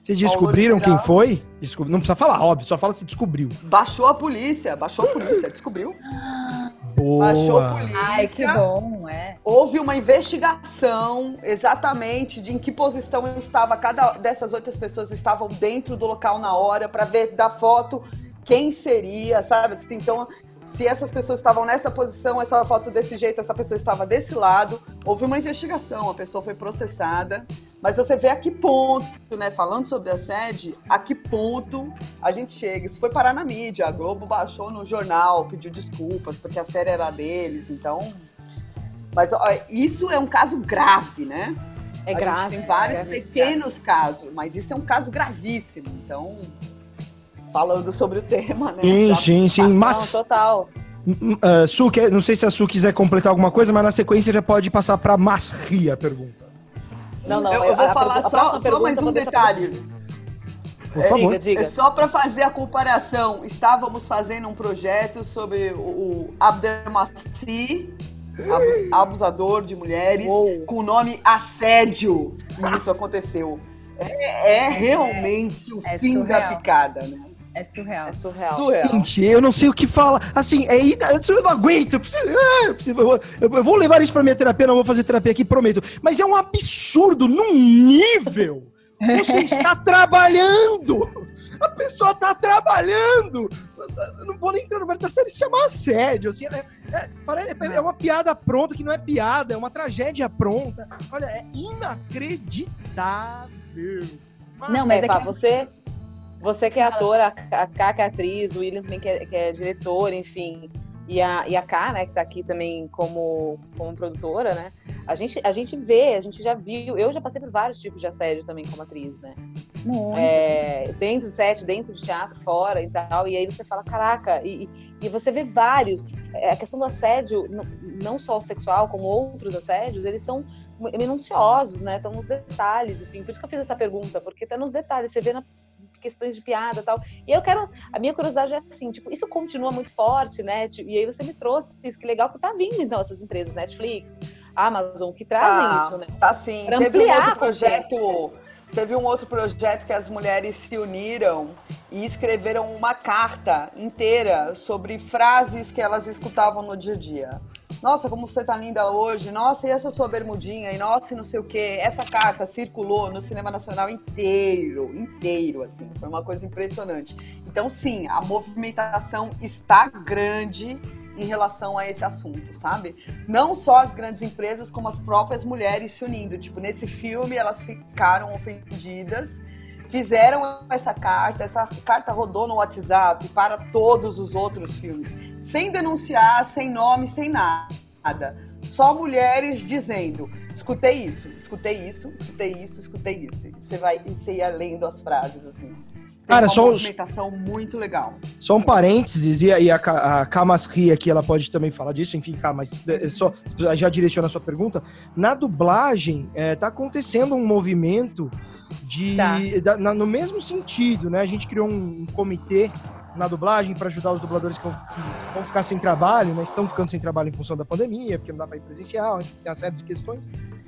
Vocês descobriram quem foi? Descob... Não precisa falar, óbvio, só fala se descobriu. Baixou a polícia, baixou a polícia, descobriu. Boa. Baixou a polícia. Ai, que bom, é. Houve uma investigação exatamente de em que posição estava cada dessas outras pessoas estavam dentro do local na hora para ver da foto quem seria, sabe? Então, se essas pessoas estavam nessa posição, essa foto desse jeito, essa pessoa estava desse lado, houve uma investigação, a pessoa foi processada. Mas você vê a que ponto, né, falando sobre assédio, a que ponto a gente chega. Isso foi parar na mídia, a Globo baixou no jornal, pediu desculpas, porque a série era deles, então... Mas ó, isso é um caso grave, né? É a grave. gente tem vários é pequenos casos, mas isso é um caso gravíssimo, então... Falando sobre o tema, né? Sim, sim, sim, mas... Total. Uh, Su, quer, não sei se a Su quiser completar alguma coisa, mas na sequência já pode passar pra Masri a pergunta. Não, não, eu, eu vou a, falar a só, só mais um detalhe. Por favor. É, diga, diga. É só para fazer a comparação. Estávamos fazendo um projeto sobre o, o Abdelmassi, abus, abusador de mulheres, Uou. com o nome assédio. E isso aconteceu. É, é realmente o é fim surreal. da picada, né? É surreal. É surreal. surreal. Gente, eu não sei o que falar. Assim, é, eu não aguento. Eu, preciso, eu, preciso, eu, eu vou levar isso pra minha terapia, não vou fazer terapia aqui, prometo. Mas é um absurdo num nível. Você está trabalhando. A pessoa está trabalhando. Eu não vou nem entrar no mérito da série, se chama assédio. Assim, é, é, é uma piada pronta que não é piada, é uma tragédia pronta. Olha, é inacreditável. Mas, não, mas é, é que... você... Você que é atora, a Ká que é atriz, o William também que é, que é diretor, enfim, e a, e a Ká, né, que tá aqui também como, como produtora, né, a gente, a gente vê, a gente já viu, eu já passei por vários tipos de assédio também como atriz, né, Muito. É, dentro do set, dentro de teatro, fora e tal, e aí você fala, caraca, e, e você vê vários, a questão do assédio, não só o sexual, como outros assédios, eles são minuciosos, né, estão nos detalhes, assim, por isso que eu fiz essa pergunta, porque tá nos detalhes, você vê na questões de piada e tal, e eu quero, a minha curiosidade é assim, tipo, isso continua muito forte, né, e aí você me trouxe isso, que legal que tá vindo, então, essas empresas, Netflix, Amazon, que trazem tá, isso, né. Tá sim, pra teve um outro projeto, teve um outro projeto que as mulheres se uniram e escreveram uma carta inteira sobre frases que elas escutavam no dia a dia. Nossa, como você tá linda hoje, nossa, e essa sua bermudinha, e nossa, e não sei o quê. Essa carta circulou no cinema nacional inteiro, inteiro, assim, foi uma coisa impressionante. Então, sim, a movimentação está grande em relação a esse assunto, sabe? Não só as grandes empresas, como as próprias mulheres se unindo. Tipo, nesse filme, elas ficaram ofendidas, fizeram essa carta, essa carta rodou no WhatsApp para todos os outros filmes, sem denunciar, sem nome, sem nada. Só mulheres dizendo, escutei isso, escutei isso, escutei isso, escutei isso. Você vai, você ia lendo as frases, assim. Tem Cara, uma só movimentação os... muito legal. Só um parênteses, e a, a, a Kamasri aqui, ela pode também falar disso, enfim, Ká, mas é, só, já direciona a sua pergunta. Na dublagem, é, tá acontecendo um movimento de, tá. da, na, no mesmo sentido, né? A gente criou um, um comitê na dublagem para ajudar os dubladores que vão, que vão ficar sem trabalho, né? Estão ficando sem trabalho em função da pandemia, porque não dá para ir presencial, enfim, tem uma série de questões.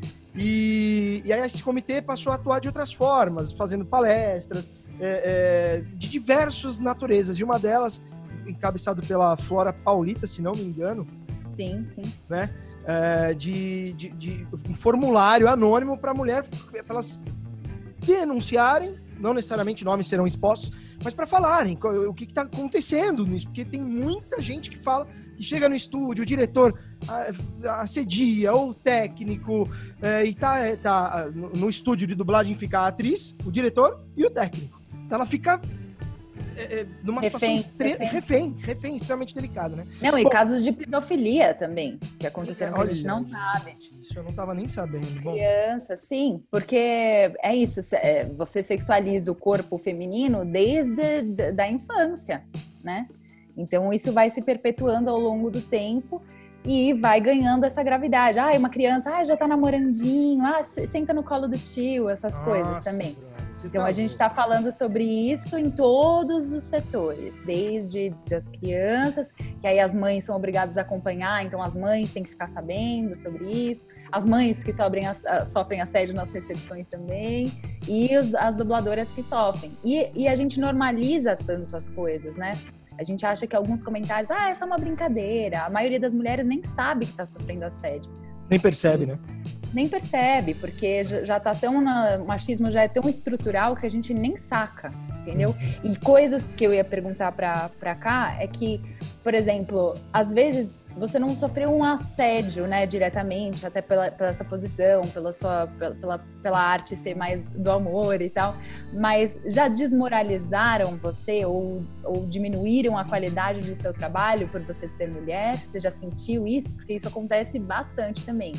E, e aí esse comitê passou a atuar de outras formas, fazendo palestras, É, é, de diversas naturezas, e uma delas encabeçado pela Flora Paulita, se não me engano, sim, sim, né, é, de, de, de um formulário anônimo para mulher, para elas denunciarem, não necessariamente nomes serão expostos, mas para falarem o que está acontecendo nisso, porque tem muita gente que fala, que chega no estúdio, o diretor assedia, ou o técnico, é, e tá, tá no, no estúdio de dublagem fica a atriz, o diretor e o técnico. Então ela fica é, é, numa refém, situação extre... refém. refém, refém, extremamente delicada, né? Não, e Bom, casos de pedofilia também, que aconteceram que a gente não sabe. Isso eu não tava nem sabendo. Bom. Criança, sim, porque é isso, você sexualiza o corpo feminino desde da infância, né? Então isso vai se perpetuando ao longo do tempo e vai ganhando essa gravidade. Ah, uma criança, ah, já tá namorandinho, ah, senta no colo do tio, essas Nossa, coisas também. Bro. Então, a gente está falando sobre isso em todos os setores, desde das crianças, que aí as mães são obrigadas a acompanhar, então as mães têm que ficar sabendo sobre isso, as mães que sofrem, sofrem assédio nas recepções também, e os, as dubladoras que sofrem. E, e a gente normaliza tanto as coisas, né? A gente acha que alguns comentários, ah, essa é uma brincadeira, a maioria das mulheres nem sabe que está sofrendo assédio. Nem percebe, né? Nem percebe, porque já tá tão na, o machismo já é tão estrutural que a gente nem saca, entendeu? E coisas que eu ia perguntar pra, pra cá é que, por exemplo, às vezes você não sofreu um assédio, né, diretamente, até pela, pela essa posição, pela sua, pela, pela arte ser mais do amor e tal, mas já desmoralizaram você ou, ou diminuíram a qualidade do seu trabalho por você ser mulher? Você já sentiu isso? Porque isso acontece bastante também.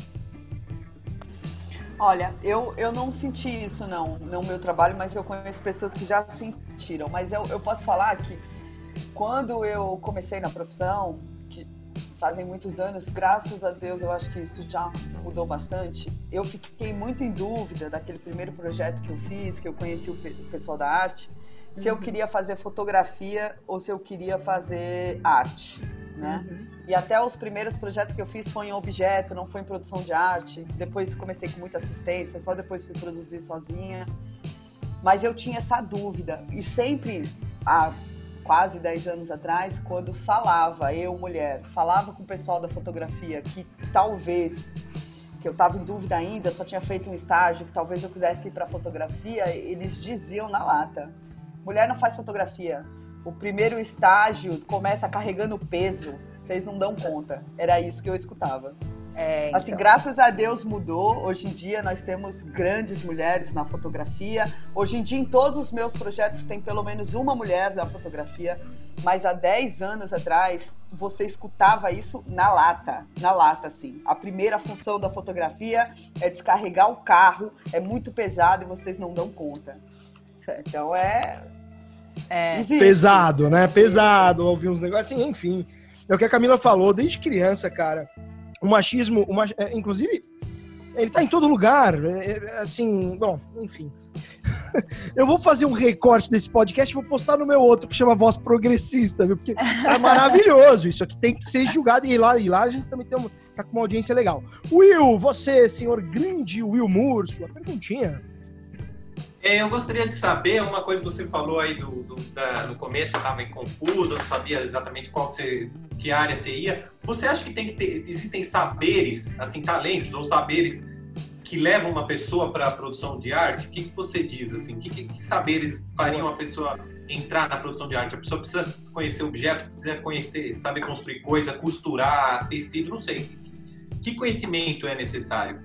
Olha, eu, eu não senti isso não, no meu trabalho, mas eu conheço pessoas que já sentiram. Mas eu, eu posso falar que quando eu comecei na profissão, que fazem muitos anos, graças a Deus, eu acho que isso já mudou bastante. Eu fiquei muito em dúvida daquele primeiro projeto que eu fiz, que eu conheci o, pe- o pessoal da arte, se eu queria fazer fotografia ou se eu queria fazer arte, né? Uhum. E até os primeiros projetos que eu fiz foi em objeto, não foi em produção de arte. Depois comecei com muita assistência, só depois fui produzir sozinha. Mas eu tinha essa dúvida. E sempre, há quase dez anos atrás, quando falava, eu, mulher, falava com o pessoal da fotografia que talvez, que eu estava em dúvida ainda, só tinha feito um estágio, que talvez eu quisesse ir para fotografia, eles diziam na lata, mulher não faz fotografia. O primeiro estágio começa carregando peso, vocês não dão conta. Era isso que eu escutava. É, então. Assim, graças a Deus mudou. Hoje em dia nós temos grandes mulheres na fotografia. Hoje em dia em todos os meus projetos tem pelo menos uma mulher na fotografia. Mas há dez anos atrás você escutava isso na lata. Na lata, assim. A primeira função da fotografia é descarregar o carro. É muito pesado e vocês não dão conta. Então é... É. Pesado, né? Pesado, ouvir uns negócios assim, enfim. É o que a Camila falou, desde criança, cara. O machismo, o mach... é, inclusive, ele tá em todo lugar. É, assim, bom, enfim. Eu vou fazer um recorte desse podcast e vou postar no meu outro, que chama Voz Progressista, viu? Porque é maravilhoso. Isso aqui tem que ser julgado. E lá, e lá a gente também tem uma, tá com uma audiência legal. Will, você, senhor grande Will Moore, sua perguntinha. Eu gostaria de saber uma coisa que você falou aí do, do, da, no começo, eu estava confuso, eu não sabia exatamente qual que, você, que área você ia. Você acha que tem que ter, existem saberes, assim, talentos ou saberes que levam uma pessoa para a produção de arte? O que, que você diz, assim? Que, que, que saberes fariam uma pessoa entrar na produção de arte? A pessoa precisa conhecer objeto, precisa conhecer, saber construir coisa, costurar, tecido, não sei. Que conhecimento é necessário?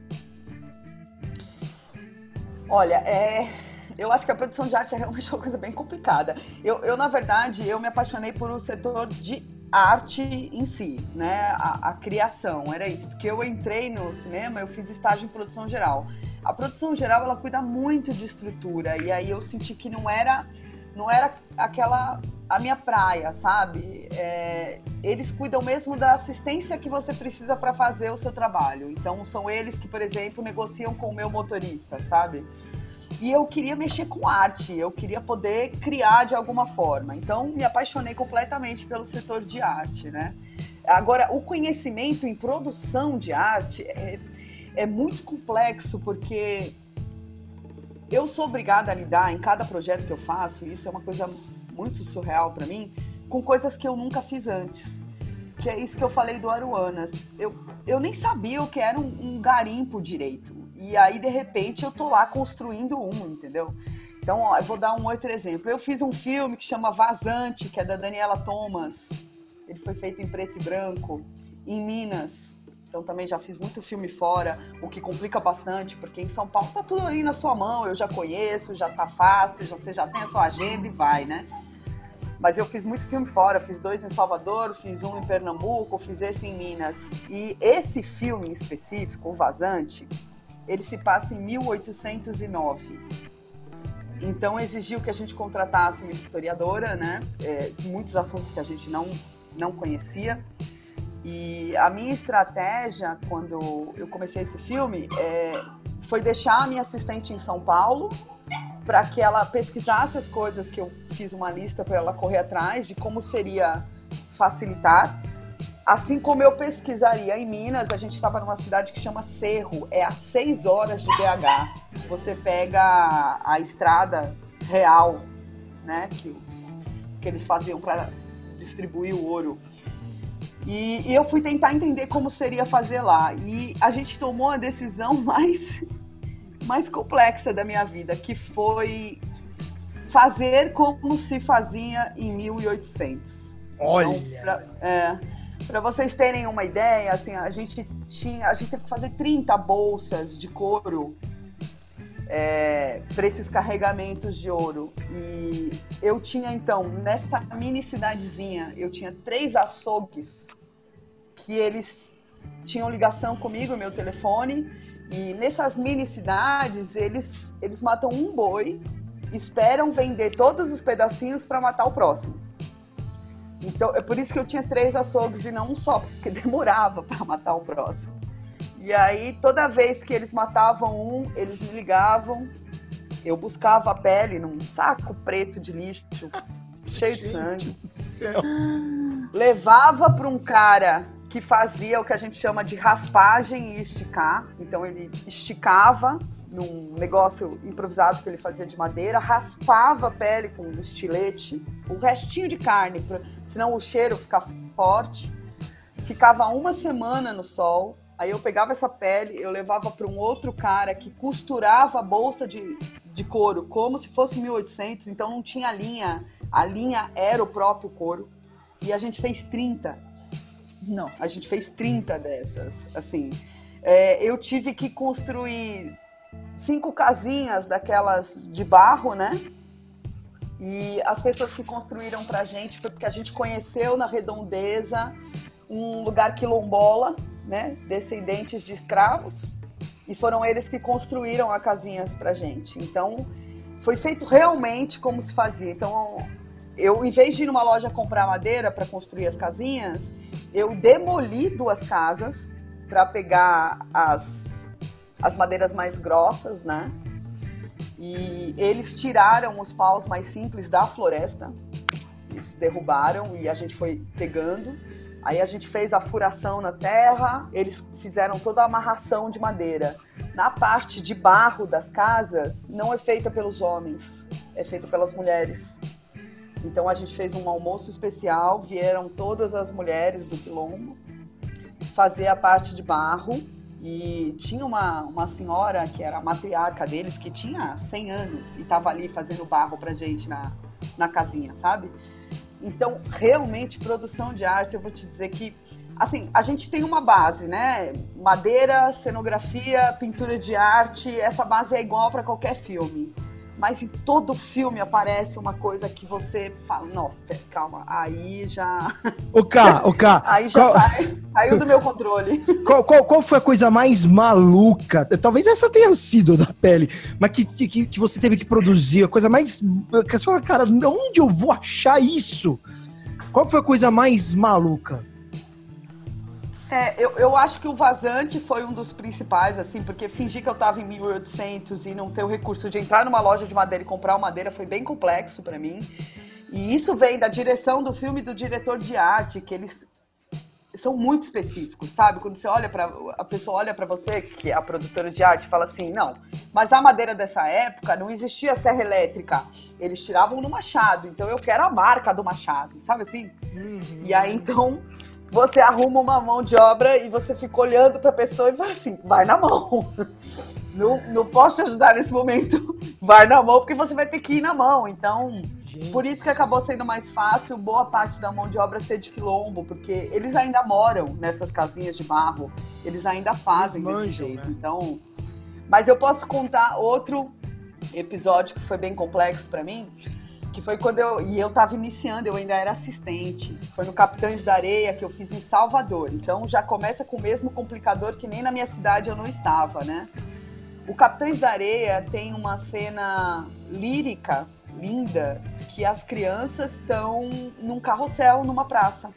Olha, é, eu acho que a produção de arte é realmente uma coisa bem complicada. Eu, eu, na verdade, eu me apaixonei por o setor de arte em si, né? A, a criação, era isso. Porque eu entrei no cinema, eu fiz estágio em produção geral. A produção geral, ela cuida muito de estrutura. E aí eu senti que não era, não era aquela... a minha praia, sabe? É, eles cuidam mesmo da assistência que você precisa para fazer o seu trabalho. Então, são eles que, por exemplo, negociam com o meu motorista, sabe? E eu queria mexer com arte, eu queria poder criar de alguma forma. Então, me apaixonei completamente pelo setor de arte, né? Agora, o conhecimento em produção de arte é, é muito complexo, porque eu sou obrigada a lidar em cada projeto que eu faço, e isso é uma coisa muito surreal para mim, com coisas que eu nunca fiz antes. Que é isso que eu falei do Aruanas. Eu, eu nem sabia o que era um, um garimpo direito. E aí, de repente, eu tô lá construindo um, entendeu? Então, ó, eu vou dar um outro exemplo. Eu fiz um filme que chama Vazante, que é da Daniela Thomas. Ele foi feito em preto e branco, em Minas. Então, também já fiz muito filme fora, o que complica bastante, porque em São Paulo tá tudo ali na sua mão, eu já conheço, já tá fácil, já, você já tem a sua agenda e vai, né? Mas eu fiz muito filme fora, fiz dois em Salvador, fiz um em Pernambuco, fiz esse em Minas. E esse filme em específico, O Vazante, ele se passa em mil oitocentos e nove. Então exigiu que a gente contratasse uma historiadora, né? É, muitos assuntos que a gente não, não conhecia. E a minha estratégia, quando eu comecei esse filme, é, foi deixar a minha assistente em São Paulo para que ela pesquisasse as coisas, que eu fiz uma lista para ela correr atrás de como seria facilitar. Assim como eu pesquisaria em Minas, a gente estava numa cidade que chama Cerro, é a seis horas de B H. Você pega a, a estrada real, né, que, que eles faziam para distribuir o ouro. E, e eu fui tentar entender como seria fazer lá. E a gente tomou a decisão mais... mais complexa da minha vida, que foi fazer como se fazia em mil e oitocentos. Olha! Então, para é, vocês terem uma ideia, assim, a gente tinha, a gente teve que fazer trinta bolsas de couro é, para esses carregamentos de ouro. E eu tinha, então, nessa mini cidadezinha, eu tinha três açougues que eles tinham ligação comigo, meu telefone. E nessas mini cidades, eles, eles matam um boi, esperam vender todos os pedacinhos para matar o próximo. Então, é por isso que eu tinha três açougues e não um só, porque demorava para matar o próximo. E aí, toda vez que eles matavam um, eles me ligavam, eu buscava a pele num saco preto de lixo, cheio de sangue. Levava para um cara que fazia o que a gente chama de raspagem e esticar. Então ele esticava num negócio improvisado que ele fazia de madeira, raspava a pele com um estilete, o restinho de carne, senão o cheiro fica forte. Ficava uma semana no sol, aí eu pegava essa pele, eu levava para um outro cara que costurava a bolsa de, de couro, como se fosse mil e oitocentos, então não tinha linha, a linha era o próprio couro. E a gente fez trinta. Não. A gente fez trinta dessas, assim. É, eu tive que construir cinco casinhas daquelas de barro, né? E as pessoas que construíram pra gente foi porque a gente conheceu na Redondeza um lugar quilombola, né? Descendentes de escravos. E foram eles que construíram as casinhas pra gente. Então, foi feito realmente como se fazia. Então, eu, em vez de ir numa loja comprar madeira para construir as casinhas, eu demoli duas casas para pegar as, as madeiras mais grossas, né? E eles tiraram os paus mais simples da floresta, eles derrubaram e a gente foi pegando. Aí a gente fez a furação na terra, eles fizeram toda a amarração de madeira. Na parte de barro das casas, não é feita pelos homens, é feita pelas mulheres. Então a gente fez um almoço especial, vieram todas as mulheres do quilombo fazer a parte de barro. E tinha uma, uma senhora que era a matriarca deles, que tinha cem anos e estava ali fazendo barro pra gente na, na casinha, sabe? Então, realmente, produção de arte, eu vou te dizer que, assim, a gente tem uma base, né? Madeira, cenografia, pintura de arte, essa base é igual para qualquer filme. Mas em todo filme aparece uma coisa que você fala, nossa, calma, aí já... O K, o K... Aí já qual... sai, saiu do meu controle. Qual, qual, qual foi a coisa mais maluca? Talvez essa tenha sido da pele, mas que, que, que você teve que produzir, a coisa mais... Que você fala, cara, onde eu vou achar isso? Qual foi a coisa mais maluca? É, eu, eu acho que o vazante foi um dos principais, assim, porque fingir que eu tava em mil e oitocentos e não ter o recurso de entrar numa loja de madeira e comprar uma madeira foi bem complexo pra mim. E isso vem da direção do filme e do diretor de arte, que eles são muito específicos, sabe? Quando você olha para a pessoa olha pra você, que é a produtora de arte, fala assim, não, mas a madeira dessa época não existia serra elétrica, eles tiravam no machado, então eu quero a marca do machado, sabe assim? Uhum. E aí, então... Você arruma uma mão de obra e você fica olhando para a pessoa e fala assim, vai na mão. Não, não posso te ajudar nesse momento. Vai na mão, porque você vai ter que ir na mão. Então, gente, por isso que acabou sendo mais fácil boa parte da mão de obra ser de quilombo, porque eles ainda moram nessas casinhas de barro. Eles ainda fazem eles desse manjam, jeito. Né? Então, mas eu posso contar outro episódio que foi bem complexo para mim, que foi quando eu... E eu tava iniciando, eu ainda era assistente. Foi no Capitães da Areia, que eu fiz em Salvador. Então, já começa com o mesmo complicador que nem na minha cidade eu não estava, né? O Capitães da Areia tem uma cena lírica, linda, que as crianças estão num carrossel, numa praça.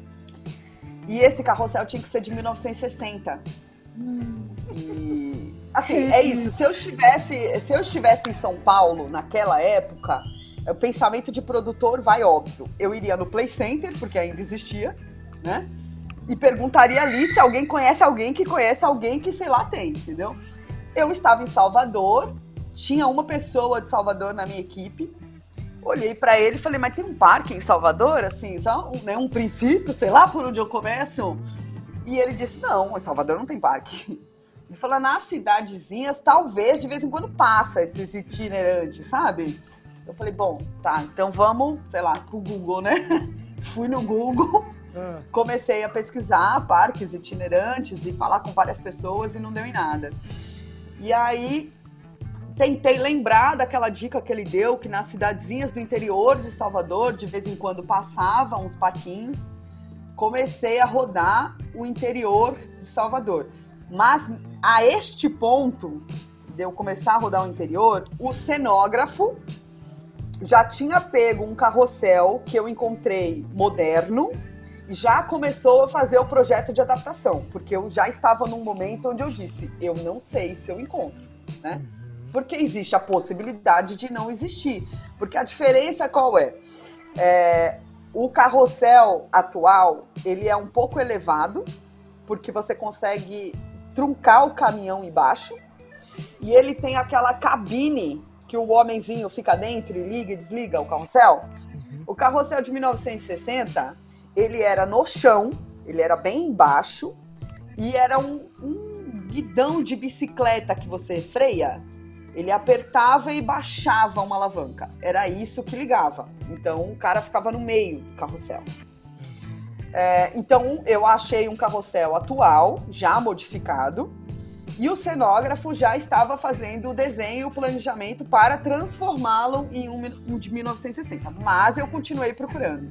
E esse carrossel tinha que ser de mil novecentos e sessenta. Hum. E Assim, é isso. Se eu estivesse, se eu estivesse em São Paulo naquela época, o pensamento de produtor vai óbvio. Eu iria no Play Center, porque ainda existia, né? E perguntaria ali se alguém conhece alguém que conhece alguém que, sei lá, tem, entendeu? Eu estava em Salvador, tinha uma pessoa de Salvador na minha equipe, olhei pra ele e falei, mas tem um parque em Salvador, assim, só um, né, um princípio, sei lá por onde eu começo? E ele disse, não, em Salvador não tem parque. Ele falou, nas cidadezinhas, talvez, de vez em quando passa esses itinerantes, sabe? Eu falei, bom, tá, então vamos, sei lá, pro Google, né? Fui no Google, ah. comecei a pesquisar parques itinerantes e falar com várias pessoas e não deu em nada. E aí, tentei lembrar daquela dica que ele deu, que nas cidadezinhas do interior de Salvador, de vez em quando passavam uns parquinhos. Comecei a rodar o interior de Salvador. Mas a este ponto, de eu começar a rodar o interior, o cenógrafo já tinha pego um carrossel que eu encontrei moderno e já começou a fazer o projeto de adaptação, porque eu já estava num momento onde eu disse, eu não sei se eu encontro, né? Porque existe a possibilidade de não existir. Porque a diferença qual é? É, o carrossel atual, ele é um pouco elevado, porque você consegue truncar o caminhão embaixo, e ele tem aquela cabine que o homenzinho fica dentro e liga e desliga o carrossel. O carrossel de mil novecentos e sessenta, ele era no chão, ele era bem embaixo, e era um, um guidão de bicicleta que você freia. Ele apertava e baixava uma alavanca. Era isso que ligava. Então, o cara ficava no meio do carrossel. É, então, eu achei um carrossel atual, já modificado, e o cenógrafo já estava fazendo o desenho e o planejamento para transformá-lo em um, um de mil novecentos e sessenta. Mas eu continuei procurando.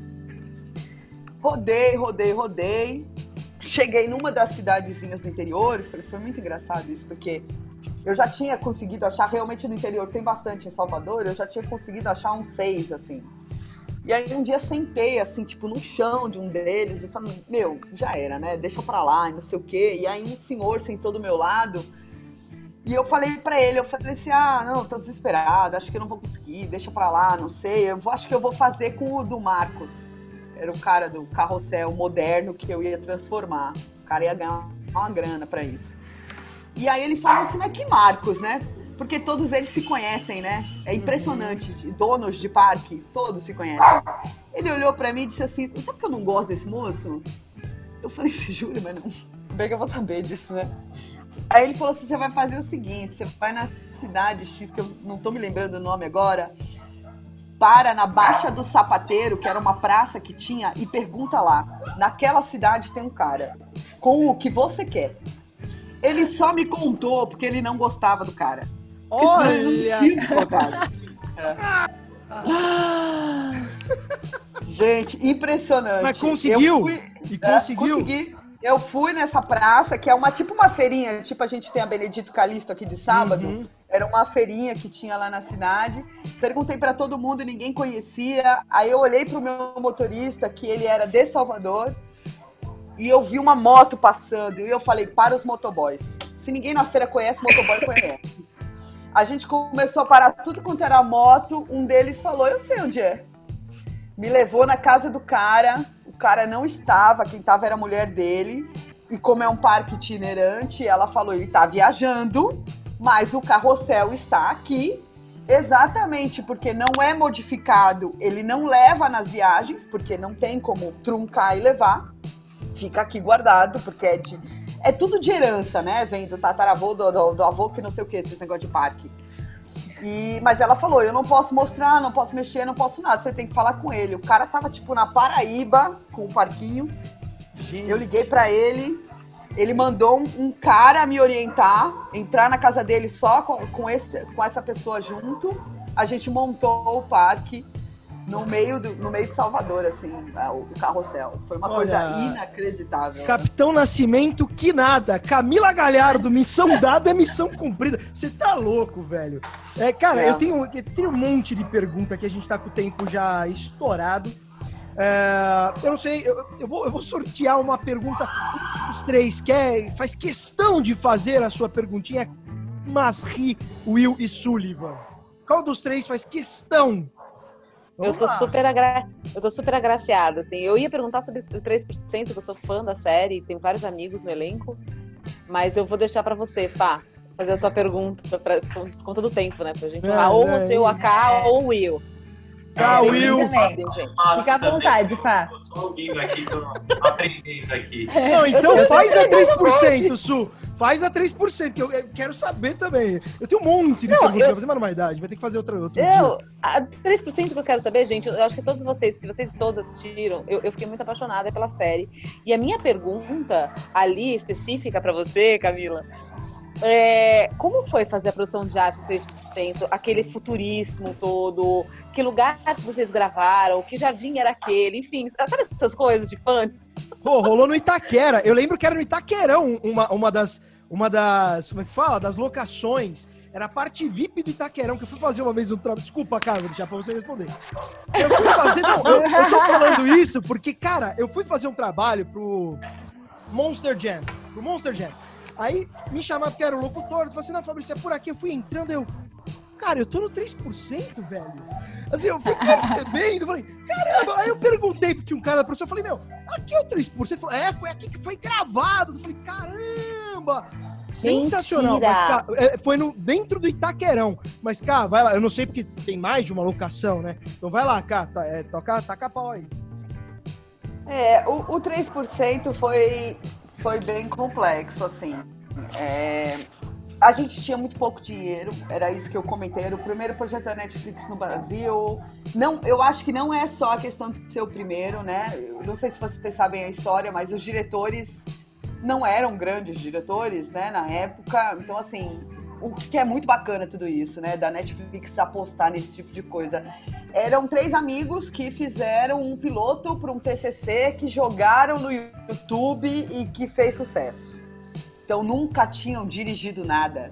Rodei, rodei, rodei. Cheguei numa das cidadezinhas do interior e foi, foi muito engraçado isso, porque eu já tinha conseguido achar, realmente no interior tem bastante em Salvador, eu já tinha conseguido achar uns seis, assim. E aí um dia sentei, assim, tipo, no chão de um deles e falei, meu, já era, né? Deixa pra lá e não sei o quê. E aí um senhor sentou do meu lado e eu falei pra ele, eu falei assim, ah, não, tô desesperada, acho que eu não vou conseguir, deixa pra lá, não sei. Eu vou, acho que eu vou fazer com o do Marcos. Era o cara do carrossel moderno que eu ia transformar. O cara ia ganhar uma grana pra isso. E aí ele falou assim, mas que Marcos, né? Porque todos eles se conhecem, né? É impressionante. Donos de parque, todos se conhecem. Ele olhou pra mim e disse assim, sabe que eu não gosto desse moço? Eu falei, se jura, mas não. Como é que eu vou saber disso, né? Aí ele falou assim, você vai fazer o seguinte, você vai na cidade X, que eu não tô me lembrando o nome agora, para na Baixa do Sapateiro, que era uma praça que tinha, e pergunta lá, naquela cidade tem um cara, com o que você quer. Ele só me contou porque ele não gostava do cara. Porque Olha! senão ele não tinha contado. É. Gente, impressionante. Mas conseguiu? Eu fui, E é, conseguiu? Consegui. Eu fui nessa praça, que é uma tipo uma feirinha, tipo a gente tem a Benedito Calixto aqui de sábado. Uhum. Era uma feirinha que tinha lá na cidade. Perguntei pra todo mundo, ninguém conhecia. Aí eu olhei pro meu motorista, que ele era de Salvador. E eu vi uma moto passando e eu falei, para os motoboys. Se ninguém na feira conhece, motoboy conhece. A gente começou a parar tudo quanto era moto. Um deles falou, eu sei onde é. Me levou na casa do cara. O cara não estava, quem estava era a mulher dele. E como é um parque itinerante, ela falou, ele está viajando, mas o carrossel está aqui. Exatamente, porque não é modificado. Ele não leva nas viagens, porque não tem como truncar e levar. Fica aqui guardado, porque é, de, é tudo de herança, né? Vem do tataravô, do, do, do avô, que não sei o que, esse negócio de parque. E, mas ela falou, eu não posso mostrar, não posso mexer, não posso nada, você tem que falar com ele. O cara tava, tipo, na Paraíba, com o parquinho. Gente. Eu liguei pra ele, ele mandou um, um cara me orientar, entrar na casa dele só com, com, esse, com essa pessoa junto. A gente montou o parque. No meio, do, no meio de Salvador, assim, o carrossel. Foi uma Olha, coisa inacreditável. Capitão Nascimento, que nada. Camila Galhardo, missão dada é missão cumprida. Você tá louco, velho. É, cara, é. Eu, tenho, eu tenho um monte de pergunta que a gente tá com o tempo já estourado. É, eu não sei, eu, eu, vou, eu vou sortear uma pergunta. Os três quer, faz questão de fazer a sua perguntinha. Masri, Will e Sullivan? Qual dos três faz questão? Eu tô, super agra... eu tô super agraciada, assim. Eu ia perguntar sobre o três por cento, que eu sou fã da série, tenho vários amigos no elenco, mas eu vou deixar pra você, Fá, fazer a tua pergunta pra... com, com todo o tempo, né? Pra gente falar, é, ou é, você, é. ou a K, ou o Will. K, é, Will. Nossa, fica à vontade, Fá. Eu só ouvindo aqui, tô aprendendo aqui. Não, então faz a três por cento, Su. Faz a três por cento, que eu quero saber também. Eu tenho um monte de não, perguntas, eu... vai fazer uma novidade, vai ter que fazer outra, outro eu, dia. A três por cento que eu quero saber, gente, eu acho que todos vocês, se vocês todos assistiram, eu, eu fiquei muito apaixonada pela série. E a minha pergunta ali, específica pra você, Camila, é, como foi fazer a produção de arte de três por cento? Aquele futurismo todo, que lugar que vocês gravaram, que jardim era aquele, enfim, sabe essas coisas de fã? Pô, rolou no Itaquera. Eu lembro que era no Itaquerão uma, uma das, uma das, como é que fala? Das locações. Era a parte V I P do Itaquerão, que eu fui fazer uma vez um trabalho. Desculpa, cara, vou deixar pra você responder. Eu fui fazer, não, eu, eu tô falando isso porque, cara, eu fui fazer um trabalho pro Monster Jam, pro Monster Jam. Aí me chamaram porque era o locutor, eu falei assim, não, Fabrício, é por aqui. Eu fui entrando, eu... Cara, eu tô no três por cento, velho. Assim, eu fui percebendo, falei, caramba. Aí eu perguntei, porque um cara da produção, eu falei, meu, aqui é o três por cento. Falei, é, foi aqui que foi gravado. Eu falei, caramba. Sensacional. Mas, cara, foi no, dentro do Itaquerão. Mas, cara, vai lá. Eu não sei porque tem mais de uma locação, né? Então vai lá, cara, tá, é, toca, taca a pau aí. É, o, o três por cento foi, foi bem complexo, assim. É... A gente tinha muito pouco dinheiro, era isso que eu comentei, era o primeiro projeto da Netflix no Brasil. Não, eu acho que não é só a questão de ser o primeiro, né? Eu não sei se vocês sabem a história, mas os diretores não eram grandes diretores, né, na época. Então, assim, o que é muito bacana tudo isso, né, da Netflix apostar nesse tipo de coisa. Eram três amigos que fizeram um piloto para um T C C, que jogaram no YouTube e que fez sucesso. Então, nunca tinham dirigido nada.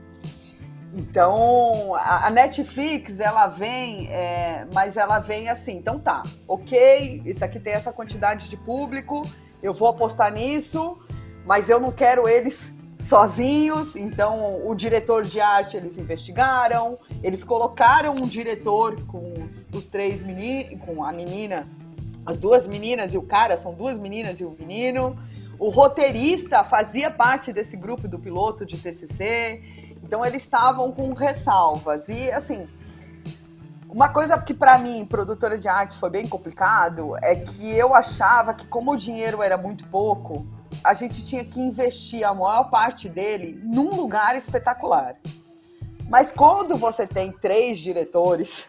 Então, a Netflix, ela vem, é, mas ela vem assim, então tá, ok, isso aqui tem essa quantidade de público, eu vou apostar nisso, mas eu não quero eles sozinhos. Então, o diretor de arte, eles investigaram, eles colocaram um diretor com os, os três meninos, com a menina, as duas meninas e o cara, são duas meninas e o menino. O roteirista fazia parte desse grupo do piloto de T C C, então eles estavam com ressalvas. E, assim, uma coisa que para mim, produtora de arte, foi bem complicado, é que eu achava que, como o dinheiro era muito pouco, a gente tinha que investir a maior parte dele num lugar espetacular. Mas quando você tem três diretores,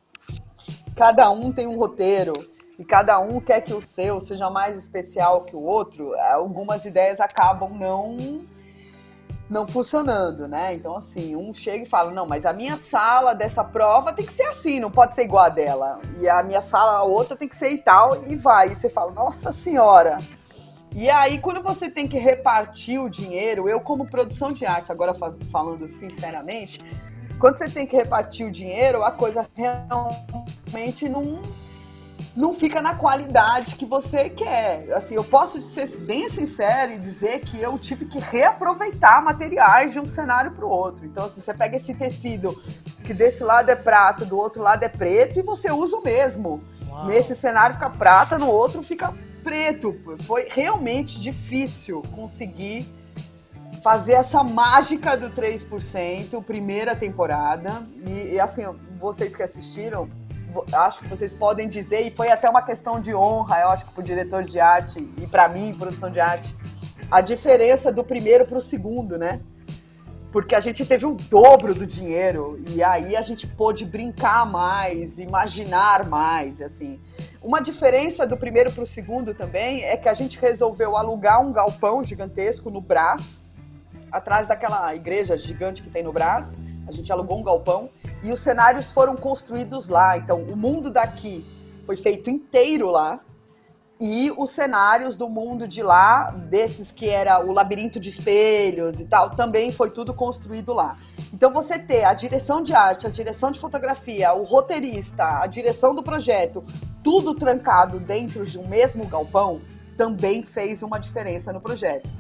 cada um tem um roteiro, e cada um quer que o seu seja mais especial que o outro, algumas ideias acabam não, não funcionando, né? Então, assim, um chega e fala, não, mas a minha sala dessa prova tem que ser assim, não pode ser igual a dela. E a minha sala, a outra, tem que ser e tal, e vai. E você fala, nossa senhora! E aí, quando você tem que repartir o dinheiro, eu como produção de arte, agora falando sinceramente, quando você tem que repartir o dinheiro, a coisa realmente não... não fica na qualidade que você quer. Assim, eu posso ser bem sincero e dizer que eu tive que reaproveitar materiais de um cenário para o outro. Então, assim, você pega esse tecido que desse lado é prata, do outro lado é preto, e você usa o mesmo. Uau. Nesse cenário fica prata, no outro fica preto. Foi realmente difícil conseguir fazer essa mágica do três por cento, primeira temporada. E, e assim, vocês que assistiram, acho que vocês podem dizer, e foi até uma questão de honra, eu acho que pro diretor de arte e para mim, produção de arte, a diferença do primeiro pro segundo, né? Porque a gente teve o dobro do dinheiro e aí a gente pôde brincar mais, imaginar mais, assim. Uma diferença do primeiro pro segundo também é que a gente resolveu alugar um galpão gigantesco no Brás, atrás daquela igreja gigante que tem no Brás. A gente alugou um galpão e os cenários foram construídos lá. Então, o mundo daqui foi feito inteiro lá e os cenários do mundo de lá, desses que era o labirinto de espelhos e tal, também foi tudo construído lá. Então, você ter a direção de arte, a direção de fotografia, o roteirista, a direção do projeto, tudo trancado dentro de um mesmo galpão, também fez uma diferença no projeto.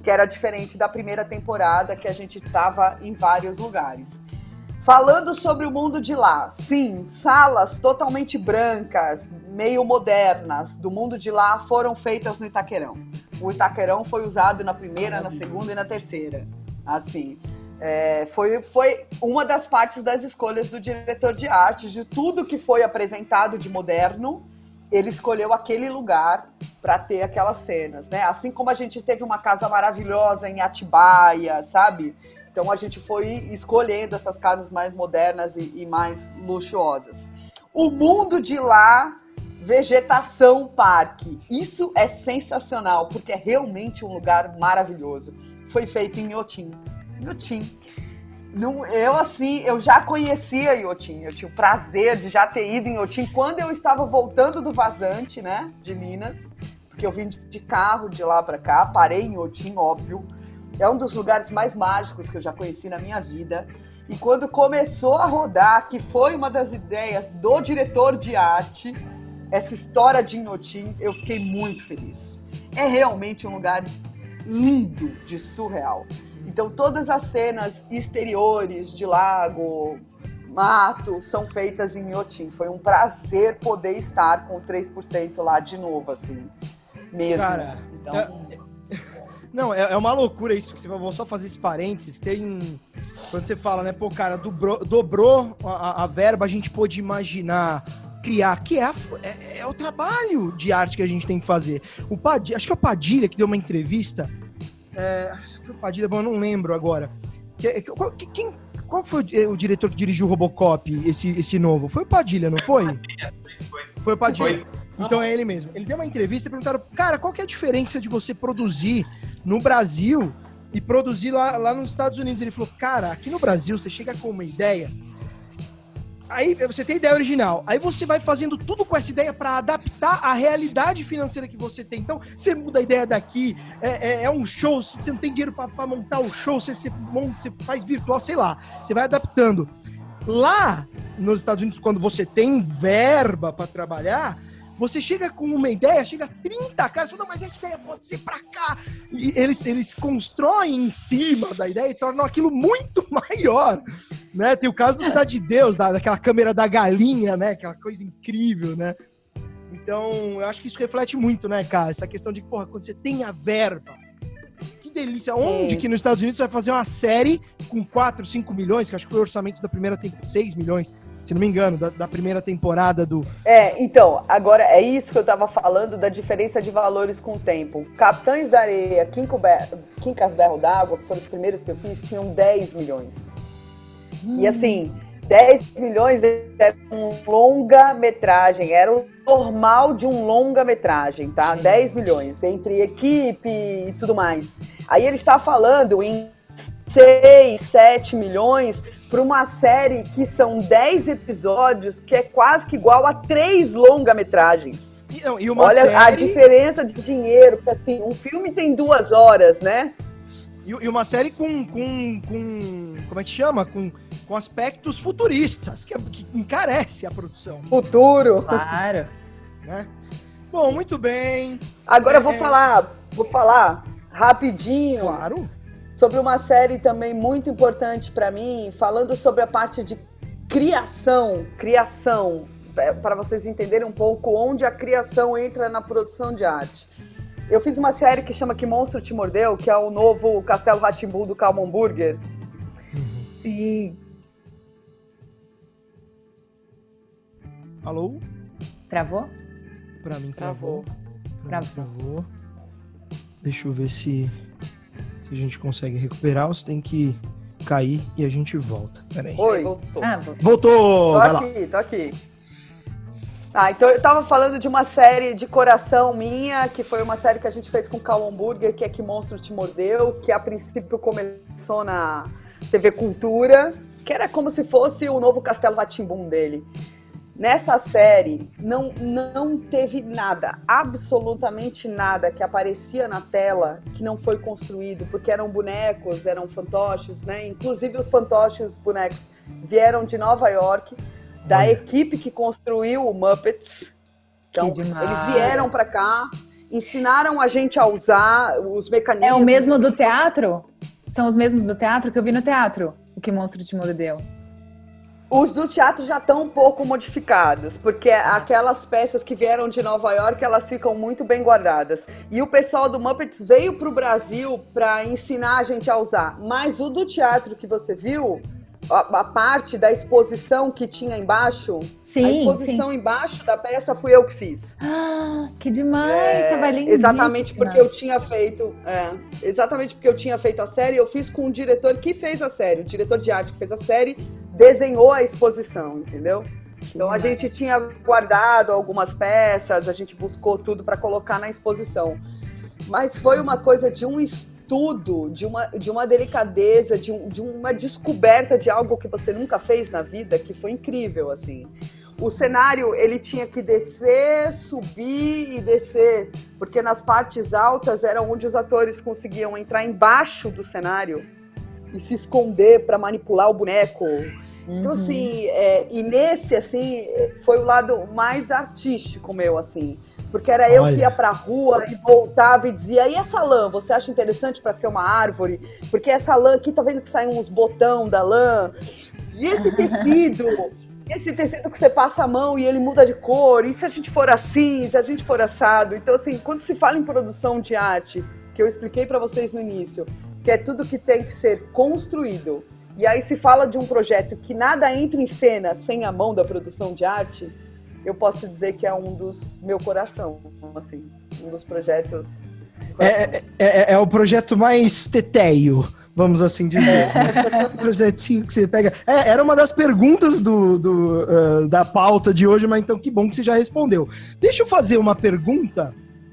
que era diferente da primeira temporada, que a gente estava em vários lugares. Falando sobre o mundo de lá, sim, salas totalmente brancas, meio modernas, do mundo de lá foram feitas no Itaquerão. O Itaquerão foi usado na primeira, na segunda e na terceira. Assim, é, foi, foi uma das partes das escolhas do diretor de arte, de tudo que foi apresentado de moderno, ele escolheu aquele lugar para ter aquelas cenas, né? Assim como a gente teve uma casa maravilhosa em Atibaia, sabe? Então a gente foi escolhendo essas casas mais modernas e, e mais luxuosas. O mundo de lá, vegetação parque. Isso é sensacional, porque é realmente um lugar maravilhoso. Foi feito em Inhotim. Inhotim. Eu, assim, eu já conhecia Inhotim. Eu tinha o prazer de já ter ido em Inhotim quando eu estava voltando do Vazante, né, de Minas. Porque eu vim de carro de lá para cá, parei em Inhotim, óbvio. É um dos lugares mais mágicos que eu já conheci na minha vida. E quando começou a rodar, que foi uma das ideias do diretor de arte, essa história de Inhotim, eu fiquei muito feliz. É realmente um lugar lindo, de surreal. Então todas as cenas exteriores de lago, mato, são feitas em Inhotim. Foi um prazer poder estar com três por cento lá de novo, assim, mesmo. Cara, então... é... Não, é, é uma loucura isso que você vai. Vou só fazer esse parênteses. Tem. Quando você fala, né, pô, cara, dobrou, dobrou a, a verba, a gente pôde imaginar, criar, que é, a, é, é o trabalho de arte que a gente tem que fazer. O Padilha, acho que é o Padilha que deu uma entrevista. É, acho que foi o Padilha, bom, eu não lembro agora. Que, qual, que, quem, qual foi o, o diretor que dirigiu o Robocop, esse, esse novo? Foi o Padilha, não foi? Foi o Padilha. Foi. Então é ele mesmo. Ele deu uma entrevista e perguntaram, cara, qual que é a diferença de você produzir no Brasil e produzir lá, lá nos Estados Unidos? Ele falou, cara, aqui no Brasil você chega com uma ideia, aí você tem a ideia original, aí você vai fazendo tudo com essa ideia para adaptar a realidade financeira que você tem. Então você muda a ideia daqui, é, é, é um show, você não tem dinheiro para montar o show, você, você, monta, você faz virtual, sei lá, você vai adaptando. Lá nos Estados Unidos, quando você tem verba para trabalhar, você chega com uma ideia, chega a trinta caras, fala, não, mas essa ideia pode ser pra cá. E eles, eles constroem em cima da ideia e tornam aquilo muito maior, né? Tem o caso do Cidade de Deus, da, daquela câmera da galinha, né? Aquela coisa incrível, né? Então, eu acho que isso reflete muito, né, cara? Essa questão de, porra, quando você tem a verba, que delícia. Onde que nos Estados Unidos você vai fazer uma série com quatro, cinco milhões, que acho que foi o orçamento da primeira temporada, seis milhões, se não me engano, da, da primeira temporada do... É, então, agora é isso que eu tava falando da diferença de valores com o tempo. Capitães da Areia, Quincas Berro d'Água, que foram os primeiros que eu fiz, tinham dez milhões. Hum. E assim, dez milhões era um longa-metragem, era o normal de um longa-metragem, tá? Sim. dez milhões, entre equipe e tudo mais. Aí ele está falando em seis, sete milhões para uma série que são dez episódios, que é quase que igual a três longa-metragens. E, não, e uma Olha série... a diferença de dinheiro, porque assim, um filme tem duas horas, né? E, e uma série com, com, com... Como é que chama? Com, com aspectos futuristas, que, que encarece a produção. Futuro. Claro. Né? Bom, muito bem. Agora é... eu vou falar, vou falar rapidinho. Claro. Sobre uma série também muito importante para mim, falando sobre a parte de criação, criação, para vocês entenderem um pouco onde a criação entra na produção de arte. Eu fiz uma série que chama Que Monstro Te Mordeu, que é o novo Castelo Rá-Tim-Bum do Calmon Burger. Sim. Alô? Travou? Pra mim travou. Travou. Pra mim travou. Deixa eu ver se... Se a gente consegue recuperar, você tem que cair e a gente volta. Pera aí. Oi. Voltou. Ah, voltou. Voltou! Tô Vai aqui, lá. tô aqui. Ah, então eu tava falando de uma série de coração minha, que foi uma série que a gente fez com o Calmon Burger, que é Que Monstro Te Mordeu, que a princípio começou na T V Cultura, que era como se fosse o novo Castelo Rá-Tim-Bum dele. Nessa série, não, não teve nada, absolutamente nada que aparecia na tela que não foi construído, porque eram bonecos, eram fantoches, né? Inclusive os fantoches, bonecos, vieram de Nova York, da Olha. equipe que construiu o Muppets. Então, eles vieram para cá ensinaram a gente a usar os mecanismos. É o mesmo do teatro? São os mesmos do teatro que eu vi no teatro, o que Monstro te Mordeu. Os do teatro já estão um pouco modificados, porque aquelas peças que vieram de Nova York, elas ficam muito bem guardadas. E o pessoal do Muppets veio para o Brasil para ensinar a gente a usar. Mas o do teatro que você viu, a, a parte da exposição que tinha embaixo, sim, a exposição sim. embaixo da peça fui eu que fiz. Ah, que demais! É, tava lindíssima. Exatamente porque eu tinha feito, é, exatamente porque eu tinha feito a série, eu fiz com o diretor que fez a série, o diretor de arte que fez a série, desenhou a exposição, entendeu? Que então demais. A gente tinha guardado algumas peças, a gente buscou tudo para colocar na exposição. Mas foi uma coisa de um estudo, de uma, de uma delicadeza, de, um, de uma descoberta de algo que você nunca fez na vida, que foi incrível, assim. O cenário, ele tinha que descer, subir e descer, porque nas partes altas era onde os atores conseguiam entrar embaixo do cenário e se esconder para manipular o boneco. Então, uhum. assim, é, e nesse, assim, foi o lado mais artístico meu, assim. Porque era eu Olha. que ia pra rua e voltava e dizia, e essa lã, você acha interessante para ser uma árvore? Porque essa lã aqui, tá vendo que saem uns botão da lã? E esse tecido, esse tecido que você passa a mão e ele muda de cor, e se a gente for assim, se a gente for assado? Então, assim, quando se fala em produção de arte, que eu expliquei para vocês no início, que é tudo que tem que ser construído, e aí se fala de um projeto que nada entra em cena sem a mão da produção de arte, eu posso dizer que é um dos meu coração, assim, um dos projetos de coração. É, é, é o projeto mais teteio, vamos assim dizer. É. O projetinho que você pega. É, era uma das perguntas do, do, uh, da pauta de hoje, mas então que bom que você já respondeu. Deixa eu fazer uma pergunta,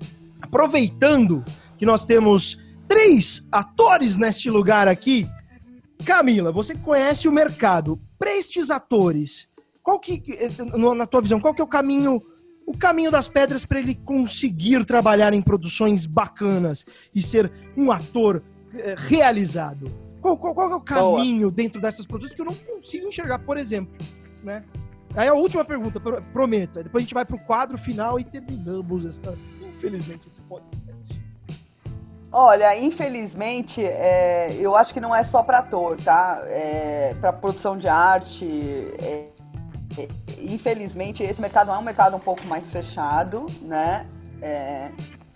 aproveitando que nós temos três atores neste lugar aqui. Camila, você conhece o mercado. Para estes atores, qual que, na tua visão, qual que é o caminho, o caminho das pedras para ele conseguir trabalhar em produções bacanas e ser um ator eh, realizado? Qual, qual, qual é o caminho Boa. dentro dessas produções que eu não consigo enxergar, por exemplo, né? Aí a última pergunta, prometo. Aí depois a gente vai para o quadro final e terminamos esta, infelizmente, esse podcast. Olha, infelizmente, é, eu acho que não é só para ator, tá? É, para produção de arte, é, é, infelizmente, esse mercado é um mercado um pouco mais fechado, né? É,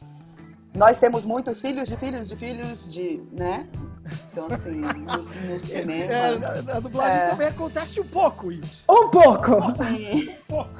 nós temos muitos filhos de filhos de filhos de, né? Então, assim, no, no cinema... É, na, na dublagem é, também acontece um pouco isso. Um pouco! Sim. Um pouco.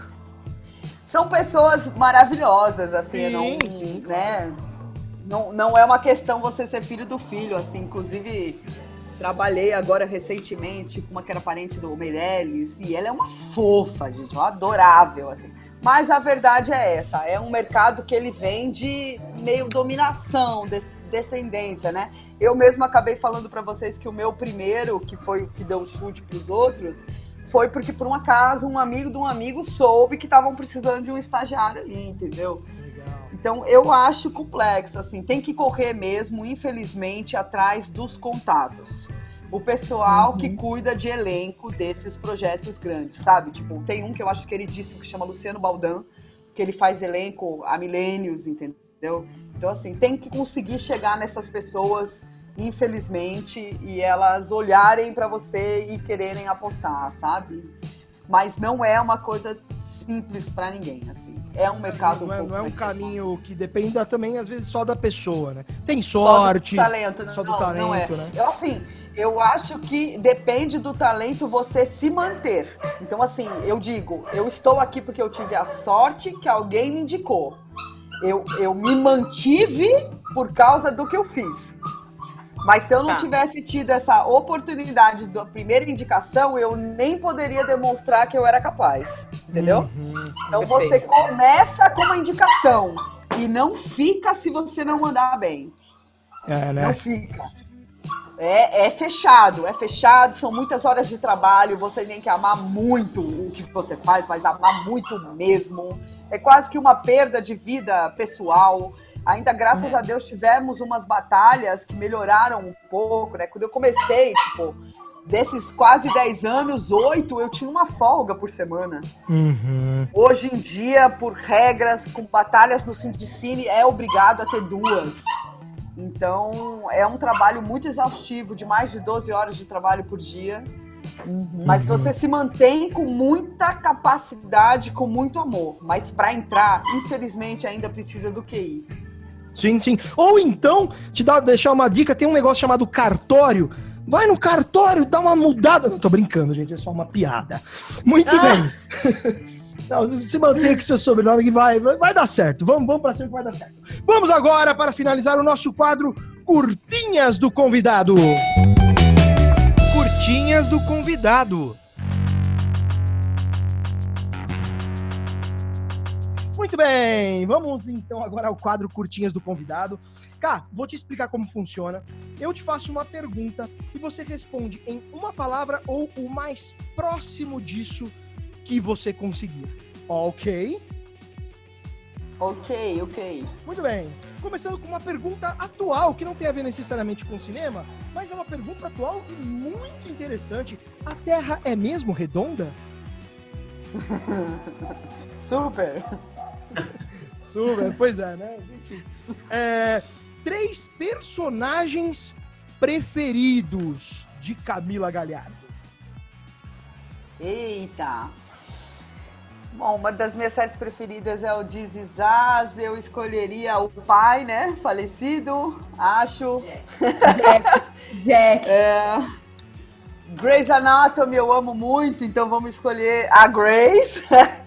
São pessoas maravilhosas, assim, sim, não, sim, né? Não, não é uma questão você ser filho do filho, assim, inclusive trabalhei agora recentemente com uma que era parente do Meirelles, e ela é uma fofa, gente, adorável, assim. Mas a verdade é essa, é um mercado que ele vem de meio dominação, des- descendência, né? Eu mesmo acabei falando pra vocês que o meu primeiro, que foi o que deu o chute pros outros, foi porque por um acaso um amigo de um amigo soube que estavam precisando de um estagiário ali, entendeu? Então, eu acho complexo, assim, tem que correr mesmo, infelizmente, atrás dos contatos. O pessoal uhum. que cuida de elenco desses projetos grandes, sabe? Tipo, tem um que eu acho queridíssimo, que chama Luciano Baldan, que ele faz elenco há milênios, entendeu? Então, assim, tem que conseguir chegar nessas pessoas, infelizmente, e elas olharem pra você e quererem apostar, sabe? Mas não é uma coisa simples para ninguém, assim. É um mercado não é, um pouco não é um mais caminho formal. Que dependa também, às vezes, só da pessoa, né? Tem sorte. Só do talento, né? Só do não, talento, não é. né? Eu, assim, eu acho que depende do talento você se manter. Então, assim, eu digo, eu estou aqui porque eu tive a sorte que alguém me indicou. Eu, eu me mantive por causa do que eu fiz. Mas se eu não tá. tivesse tido essa oportunidade da primeira indicação, eu nem poderia demonstrar que eu era capaz, entendeu? Uhum, então perfeito. Você começa com uma indicação e não fica se você não mandar bem. É, né? Não fica. É, é fechado, é fechado, são muitas horas de trabalho, você tem que amar muito o que você faz, mas amar muito mesmo. É quase que uma perda de vida pessoal. Ainda, graças é. a Deus, tivemos umas batalhas que melhoraram um pouco, né? Quando eu comecei, tipo, desses quase dez anos, oito, eu tinha uma folga por semana. Uhum. Hoje em dia, por regras, com batalhas no Sindicine, é obrigado a ter duas. Então, é um trabalho muito exaustivo, de mais de doze horas de trabalho por dia. Uhum. Mas você se mantém com muita capacidade, com muito amor. Mas para entrar, infelizmente, ainda precisa do Q I. Sim, sim. Ou então, te dá, deixar uma dica, tem um negócio chamado cartório. Vai no cartório, dá uma mudada. Não tô brincando, gente, é só uma piada. Muito ah. bem. Não, se mantém com seu sobrenome que vai, vai, vai dar certo. Vamos, vamos pra cima que vai dar certo. Vamos agora para finalizar o nosso quadro Curtinhas do Convidado. Curtinhas do Convidado. Muito bem, vamos então agora ao quadro Curtinhas do Convidado. Cá, vou te explicar como funciona. Eu te faço uma pergunta e você responde em uma palavra ou o mais próximo disso que você conseguir. Ok? Ok, ok. Muito bem. Começando com uma pergunta atual, que não tem a ver necessariamente com cinema, mas é uma pergunta atual e muito interessante. A Terra é mesmo redonda? Super. Super, pois é, né? Enfim. É, três personagens preferidos de Camila Galhardo. Eita! Bom, uma das minhas séries preferidas é o This Is Us. Eu escolheria o pai, né? Falecido, acho. Jack. Jack. É... Grey's Anatomy eu amo muito, então vamos escolher a Grace.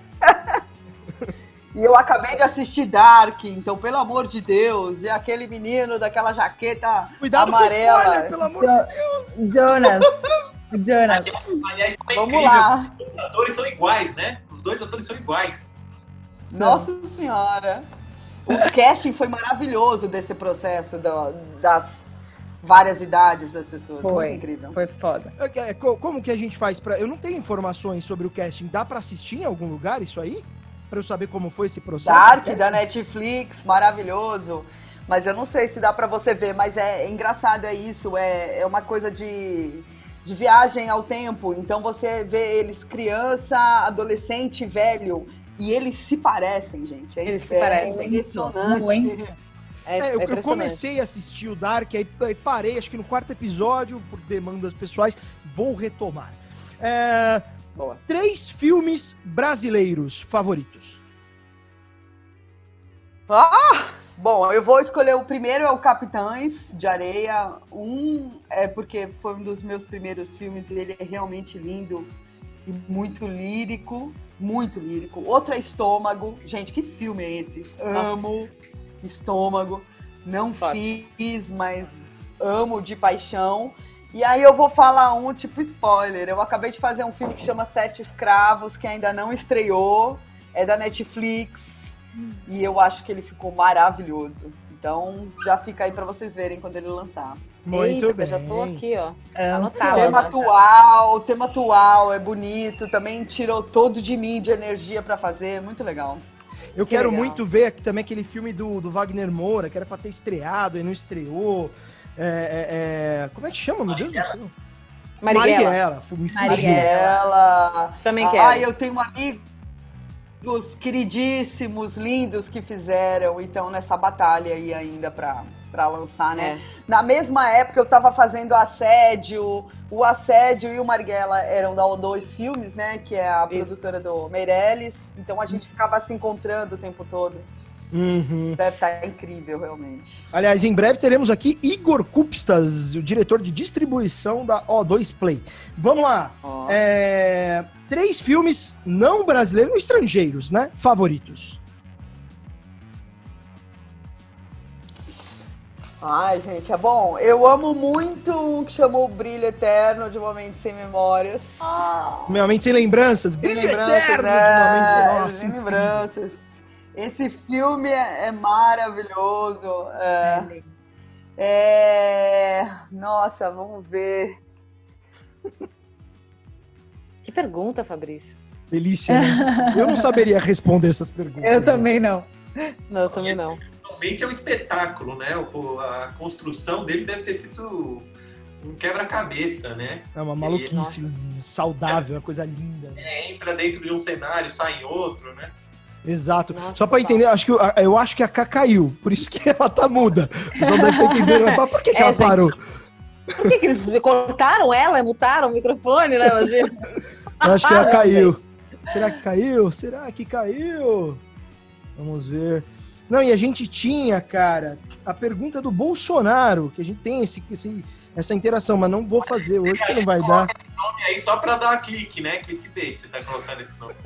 E eu acabei de assistir Dark, então, pelo amor de Deus, e aquele menino daquela jaqueta Cuidado amarela. Com spoiler, pelo amor jo- de Deus. Jonas. Jonas. Aliás, é vamos incrível. lá. Os atores são iguais, né? Os dois atores são iguais. Nossa Senhora. O casting foi maravilhoso desse processo do, das várias idades das pessoas. Foi, muito incrível. Foi foda. Como que a gente faz pra... Eu não tenho informações sobre o casting. Dá pra assistir em algum lugar isso aí? Pra eu saber como foi esse processo? Dark, da Netflix, maravilhoso. Mas eu não sei se dá pra você ver, mas é, é engraçado, é isso. É, é uma coisa de, de viagem ao tempo. Então você vê eles criança, adolescente, velho. E eles se parecem, gente. É, Eles se é parecem. impressionante. É, É, eu, é eu comecei a assistir o Dark, aí, aí parei, acho que no quarto episódio, por demandas pessoais, vou retomar. É, Boa. Três filmes brasileiros favoritos. Ah! Bom, eu vou escolher o primeiro, é o Capitães de Areia. Um é porque foi um dos meus primeiros filmes e ele é realmente lindo e muito lírico, muito lírico. Outro é Estômago. Gente, que filme é esse? Amo Estômago. Não fiz, mas amo de paixão. E aí eu vou falar um tipo spoiler. Eu acabei de fazer um filme que chama Sete Escravos, que ainda não estreou. É da Netflix. E eu acho que ele ficou maravilhoso. Então, já fica aí pra vocês verem quando ele lançar. Muito Eita, bem. Já tô aqui, ó. Anotado. Tema atual, tema atual, é bonito. Também tirou todo de mim de energia pra fazer. Muito legal. Eu Que quero legal. muito ver aqui também aquele filme do, do Wagner Moura, que era pra ter estreado e não estreou. É, é, é... Como é que chama, meu Deus do céu? Marighella. Marighella. Me fugiu. Marighella. Também ah, quero. Ah, eu tenho amigos queridíssimos, lindos que fizeram, então, nessa batalha aí ainda pra, pra lançar, né? É. Na mesma época eu tava fazendo Assédio, o Assédio e o Marighella eram da O dois Filmes, né? Que é a Isso. produtora do Meirelles, então a gente ficava se encontrando o tempo todo. Uhum. Deve estar incrível, realmente. Aliás, em breve teremos aqui Igor Kupstas, o diretor de distribuição da O dois Play. Vamos lá. Ó. É, Três filmes não brasileiros, estrangeiros, né? Favoritos. Ai, gente, é bom. Eu amo muito um que chamou Brilho Eterno de Momentos Sem Memórias. Ah. Minha Sem Lembranças. Sem Brilho lembranças, Eterno né? de Momentos Sem Nossa, Sem incrível. lembranças. Esse filme é, é maravilhoso. É, é... Nossa, vamos ver. Que pergunta, Fabrício. Delícia, né? Eu não saberia responder essas perguntas. Eu também não. Não, eu também não. Realmente é um espetáculo, né? O- A construção dele deve ter sido um quebra-cabeça, né? É uma maluquice Ele, saudável, uma coisa linda. É, entra dentro de um cenário, sai em outro, né? Exato. Nossa, Só pra entender, acho que, eu, eu acho que a K caiu, por isso que ela tá muda. O pessoal deve estar entendendo, mas por que, que é, ela gente, parou? Por que, que eles cortaram ela, mutaram o microfone, né, imagina? Eu acho que ela caiu. Será que caiu? Será que caiu? Vamos ver. Não, e a gente tinha, cara, a pergunta do Bolsonaro, que a gente tem esse, esse, essa interação, mas não vou fazer hoje, que não vai dar. Esse nome aí só pra dar clique, né? Clickbait, você tá colocando esse nome.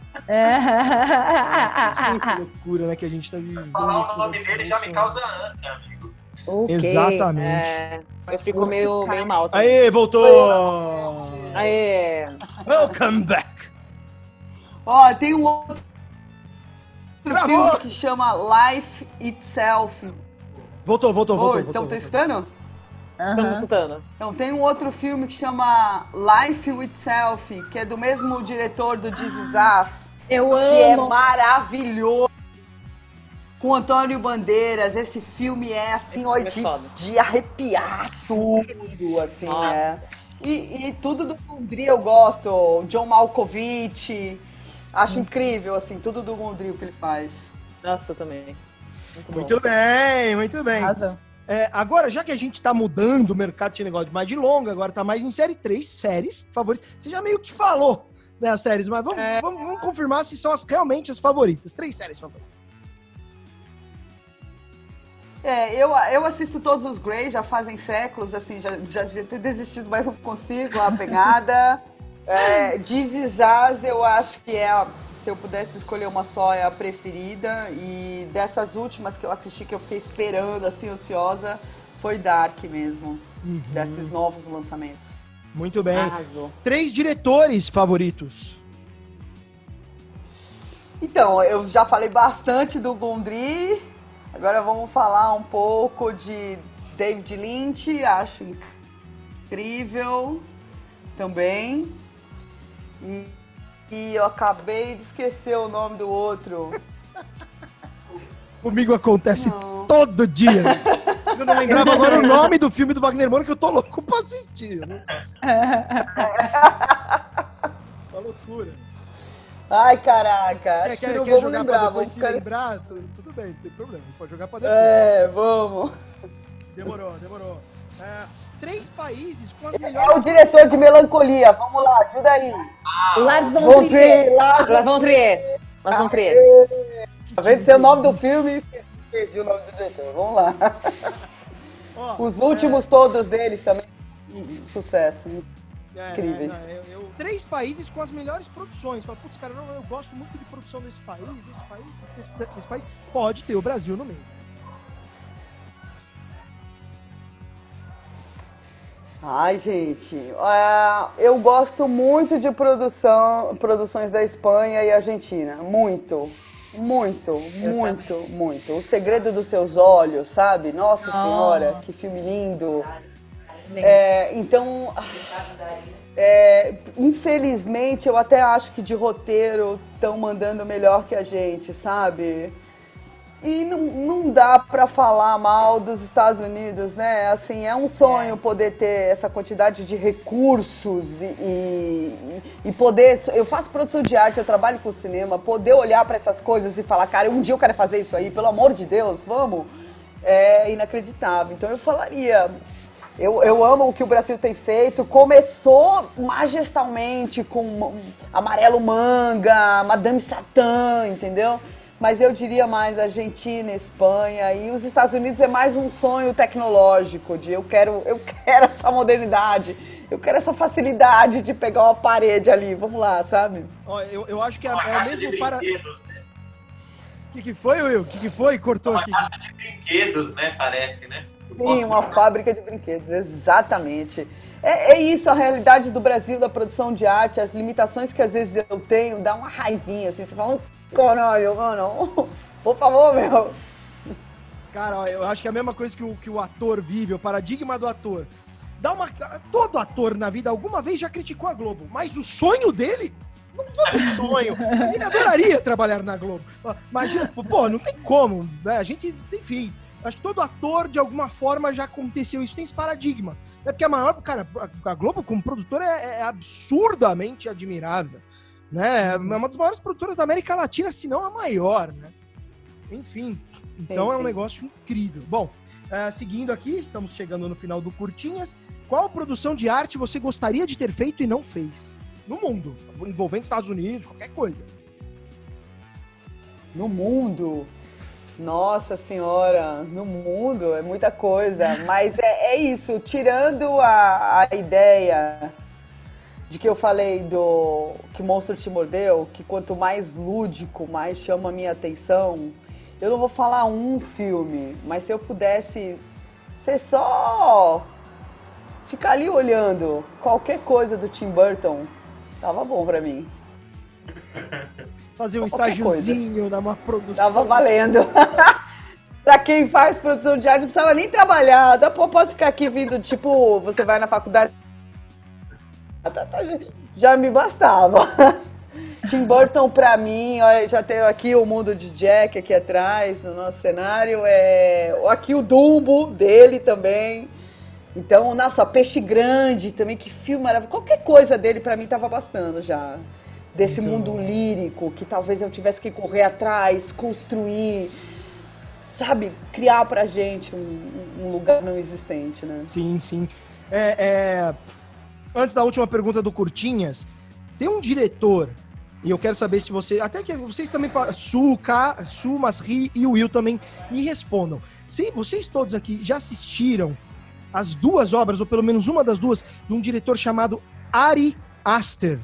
Nossa, que loucura, né, que a gente tá vivendo. Falar o nome dele já me causa ânsia, amigo. Okay. Exatamente. É, eu fico meio, meio mal também. Aê, voltou! Aê! Welcome back! Ó, tem um outro Travou. filme que chama Life Itself. Voltou, voltou, voltou. Oi, estão testando? Estamos escutando. Então, tem um outro filme que chama Life Itself, que é do mesmo diretor do This Is Us. Eu que amo. Que é maravilhoso. Com Antônio Bandeiras. Esse filme é, assim, ó, de, de arrepiar tudo, assim, ah. né? E, e tudo do Gondry eu gosto. O John Malkovich. Acho hum. incrível, assim, tudo do Gondry o que ele faz. Nossa, eu também. Muito, muito bem, muito bem. Razão. É, agora, já que a gente tá mudando o mercado de negócio mais de longa, agora tá mais em série, três séries favoritas. Você já meio que falou, né, as séries, mas vamos, é... vamos, vamos confirmar se são as, realmente as favoritas. Três séries favoritas. É, eu, eu assisto todos os Grey, já fazem séculos, assim, já, já devia ter desistido, mas não consigo, a pegada. É, This Is Us, eu acho que é, a, se eu pudesse escolher uma só, é a preferida. E dessas últimas que eu assisti, que eu fiquei esperando, assim, ansiosa, foi Dark mesmo, uhum. desses novos lançamentos. Muito bem. Arrasou. Três diretores favoritos. Então, eu já falei bastante do Gondry, agora vamos falar um pouco de David Lynch, acho incrível também. E, e eu acabei de esquecer o nome do outro. Comigo acontece não. todo dia. Eu não lembrava agora o nome do filme do Wagner Moura, que eu tô louco pra assistir. Né? Uma loucura. Ai, caraca. É, acho quer, que não quer vamos jogar lembrar. pra depois vamos se ficar... lembrar? Tudo, tudo bem, não tem problema. Pode jogar pra depois. É, vamos. Demorou, demorou. É, três países com as melhores... É o diretor de Melancolia. Vamos lá, ajuda aí. Ah, Lars von Trier. Lars von Trier. Lars von Trier. Tá vendo ser o nome do filme? Perdi o nome do diretor. Vamos lá. Oh, Os últimos é... todos deles também. Sucesso. É, incríveis. É, eu, eu... Três países com as melhores produções. Fala, putz, cara, não, eu gosto muito de produção desse país, desse país, desse, desse país. Pode ter o Brasil no meio. Ai, gente, uh, eu gosto muito de produção, produções da Espanha e Argentina. Muito, muito, eu muito, também. muito. O Segredo dos Seus Olhos, sabe? Nossa, Nossa. Senhora, que filme lindo. É, então, é, infelizmente, eu até acho que de roteiro estão mandando melhor que a gente, sabe? E não, não dá pra falar mal dos Estados Unidos, né? Assim, é um sonho poder ter essa quantidade de recursos e, e, e poder... Eu faço produção de arte, eu trabalho com cinema, poder olhar pra essas coisas e falar, cara, um dia eu quero fazer isso aí, pelo amor de Deus, vamos? É inacreditável. Então eu falaria... Eu, eu amo o que o Brasil tem feito. Começou majestalmente com Amarelo Manga, Madame Satã, entendeu? Mas eu diria mais Argentina, Espanha, e os Estados Unidos é mais um sonho tecnológico, de eu quero, eu quero essa modernidade, eu quero essa facilidade de pegar uma parede ali, vamos lá, sabe? Ó, eu, eu acho que é, é o mesmo para... O que, que foi, Will? O que, que foi? Cortou uma aqui. Uma caixa de brinquedos, né? Parece, né? Sim, uma fábrica de brinquedos, exatamente. É, é isso, a realidade do Brasil, da produção de arte, as limitações que às vezes eu tenho, dá uma raivinha, assim, você fala... Caralho, mano, por favor, meu. Cara, eu acho que é a mesma coisa que o, que o ator vive, o paradigma do ator. Dá uma, todo ator na vida alguma vez já criticou a Globo, mas o sonho dele, não vou dizer sonho, ele adoraria trabalhar na Globo. Imagina, pô, não tem como, né? A gente, enfim, Acho que todo ator, de alguma forma, já aconteceu isso. Tem esse paradigma. É porque a maior... Cara, a Globo, como produtora, é, é absurdamente admirável. Né? É uma das maiores produtoras da América Latina, se não a maior, né? Enfim, então sim, sim. É um negócio incrível. Bom, uh, seguindo aqui, estamos chegando no final do Curtinhas. Qual produção de arte você gostaria de ter feito e não fez? No mundo, envolvendo Estados Unidos, qualquer coisa. No mundo? Nossa senhora, no mundo é muita coisa. Mas é, é isso, tirando a, a ideia de que eu falei do que Monstro Te Mordeu, que quanto mais lúdico, mais chama a minha atenção. Eu não vou falar um filme, mas se eu pudesse ser só ficar ali olhando qualquer coisa do Tim Burton, tava bom pra mim. Fazer um estágiozinho numa produção. Tava valendo. Pra quem faz produção de arte, não precisava nem trabalhar. Eu posso ficar aqui vindo, tipo, você vai na faculdade... Já me bastava. Tim Burton, pra mim, olha, já tenho aqui o mundo de Jack aqui atrás, no nosso cenário. É... Aqui o Dumbo dele também. Então, nossa, Peixe Grande também, que filme maravilhoso. Qualquer coisa dele, pra mim, tava bastando já. Desse então... mundo lírico, que talvez eu tivesse que correr atrás, construir, sabe? Criar pra gente um, um lugar não existente, né? Sim, sim. É... é... Antes da última pergunta do Curtinhas, tem um diretor, e eu quero saber se você... Até que vocês também... Su, K, Su, Masri e o Will também me respondam. Se vocês todos aqui já assistiram as duas obras, ou pelo menos uma das duas, de um diretor chamado Ari Aster.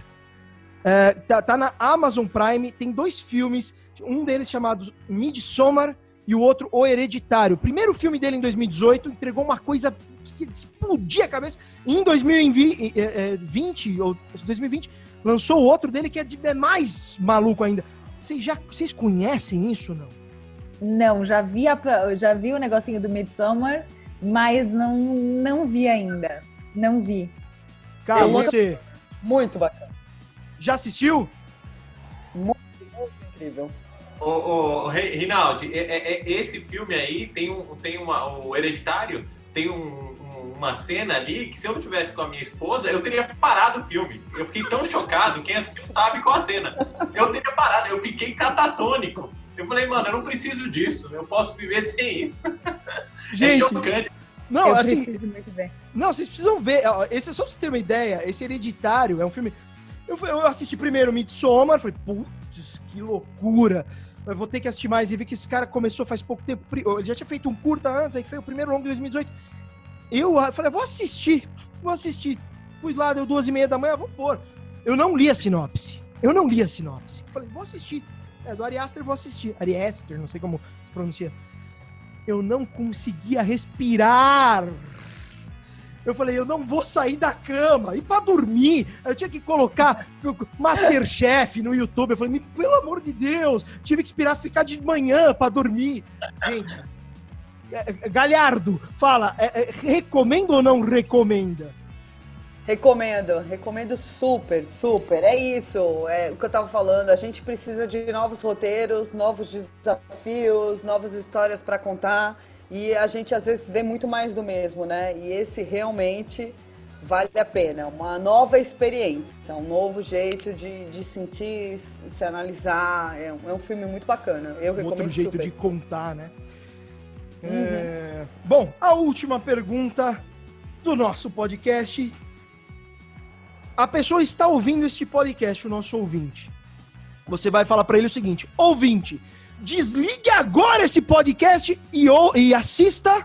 É, tá, tá na Amazon Prime, tem dois filmes, um deles chamado Midsommar e o outro O Hereditário. O primeiro filme dele em dois mil e dezoito entregou uma coisa... que explodia a cabeça. E em dois mil e vinte, ou dois mil e vinte, lançou outro dele que é, de, é mais maluco ainda. Vocês já vocês conhecem isso, não? Não, já vi, a, já vi o negocinho do Midsommar, mas não, não vi ainda. Não vi. Cara, eu você... Muito bacana. Já assistiu? Muito, muito incrível. Ô, ô, Rinaldi, é, é, esse filme aí tem, um, tem uma, o Hereditário tem um, um, uma cena ali que se eu não tivesse com a minha esposa, eu teria parado o filme. Eu fiquei tão chocado, quem assistiu sabe qual a cena. Eu teria parado, eu fiquei catatônico. Eu falei, mano, eu não preciso disso, eu posso viver sem isso. Gente, é chocante. Não, eu assim, preciso muito ver. Não, vocês precisam ver. Esse, só pra vocês terem uma ideia, esse Hereditário é um filme... Eu, eu assisti primeiro Midsommar, falei, putz, que loucura. Eu vou ter que assistir mais e ver que esse cara começou faz pouco tempo. Ele já tinha feito um curta antes, aí foi o primeiro longo de dois mil e dezoito. Eu falei, vou assistir, vou assistir. Pus lá, deu duas e meia da manhã, vou pôr. Eu não li a sinopse. Eu não li a sinopse. Falei, vou assistir. É, do Ari Aster, vou assistir. Ari Aster, não sei como se pronuncia. Eu não conseguia respirar. Eu falei, eu não vou sair da cama. E pra dormir, eu tinha que colocar Masterchef no YouTube. Eu falei, pelo amor de Deus, tive que esperar ficar de manhã pra dormir. Gente, é, Galhardo, fala, é, é, recomenda ou não recomenda? Recomendo, recomendo super, super. É isso, é o que eu tava falando. A gente precisa de novos roteiros, novos desafios, novas histórias pra contar. E a gente, às vezes, vê muito mais do mesmo, né? E esse realmente vale a pena. Uma nova experiência, um novo jeito de, de sentir, se analisar. É um, é um filme muito bacana. Eu recomendo super. Outro jeito de contar, né? Uhum. É... Bom, a última pergunta do nosso podcast. A pessoa está ouvindo este podcast, o nosso ouvinte. Você vai falar para ele o seguinte, ouvinte... Desligue agora esse podcast e, ou, e assista.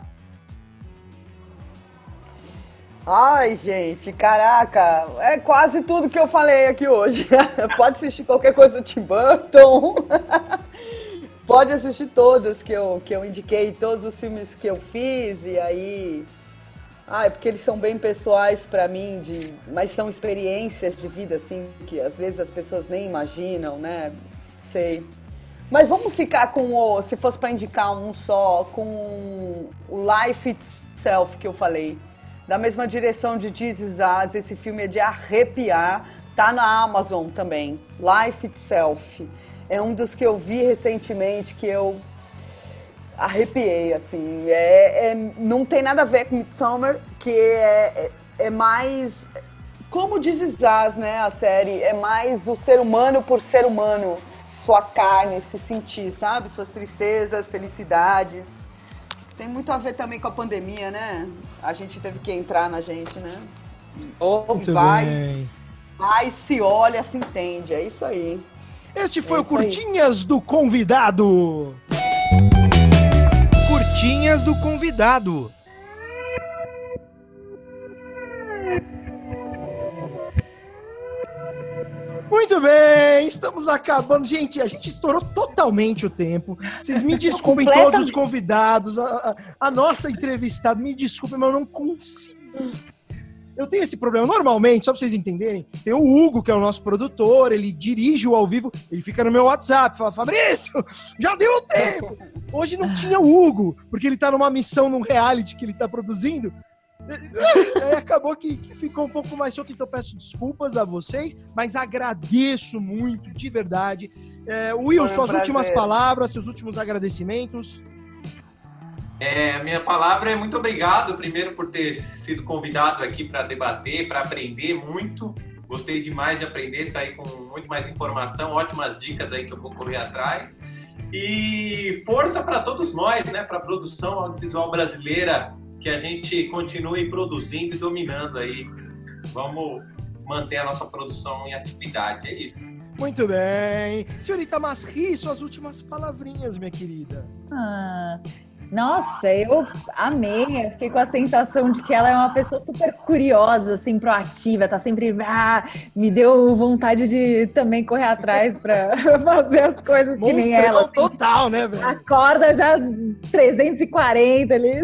Ai, gente, caraca. É quase tudo que eu falei aqui hoje. Pode assistir qualquer coisa do Tim Burton. Pode assistir todos que eu, que eu indiquei, todos os filmes que eu fiz. E aí... Ah, é porque eles são bem pessoais pra mim, de, mas são experiências de vida, assim, que às vezes as pessoas nem imaginam, né? Sei... Mas vamos ficar com o, se fosse para indicar um só, com o Life Itself que eu falei. Da mesma direção de This Is Us, esse filme é de arrepiar, tá na Amazon também. Life Itself. É um dos que eu vi recentemente, que eu... arrepiei, assim. É, é, não tem nada a ver com Midsommar, que é, é, é mais... Como diz Zaz, né, a série, é mais o ser humano por ser humano, sua carne, se sentir, sabe? Suas tristezas, felicidades. Tem muito a ver também com a pandemia, né? A gente teve que entrar na gente, né? Oh, e vai, bem. vai, se olha, se entende, é isso aí. Este foi é o Curtinhas aí. do Convidado. Curtinhas do Convidado. Muito bem, estamos acabando. Gente, a gente estourou totalmente o tempo. Vocês me desculpem, todos os convidados, a, a, a nossa entrevistada, me desculpem, mas eu não consigo. Eu tenho esse problema. Normalmente, só pra vocês entenderem, tem o Hugo, que é o nosso produtor, ele dirige o ao vivo, ele fica no meu WhatsApp, fala, Fabrício, já deu tempo. Hoje não tinha o Hugo, porque ele tá numa missão, num reality que ele tá produzindo. Aí acabou que, que ficou um pouco mais solto, então peço desculpas a vocês, mas agradeço muito, de verdade. É, Will, um suas prazer. últimas palavras, seus últimos agradecimentos. É, a minha palavra é muito obrigado, primeiro por ter sido convidado aqui para debater, para aprender muito. Gostei demais de aprender, sair com muito mais informação, ótimas dicas aí que eu vou correr atrás. E força para todos nós, né, para a produção audiovisual brasileira, que a gente continue produzindo e dominando aí. Vamos manter a nossa produção em atividade, é isso. Muito bem. Senhorita Masri, suas últimas palavrinhas, minha querida. Ah, nossa, eu amei. Eu fiquei com a sensação de que ela é uma pessoa super curiosa, assim, proativa, tá sempre... Ah, me deu vontade de também correr atrás pra fazer as coisas que nem ela. Assim. Total, né, velho? Acorda já trezentos e quarenta ali.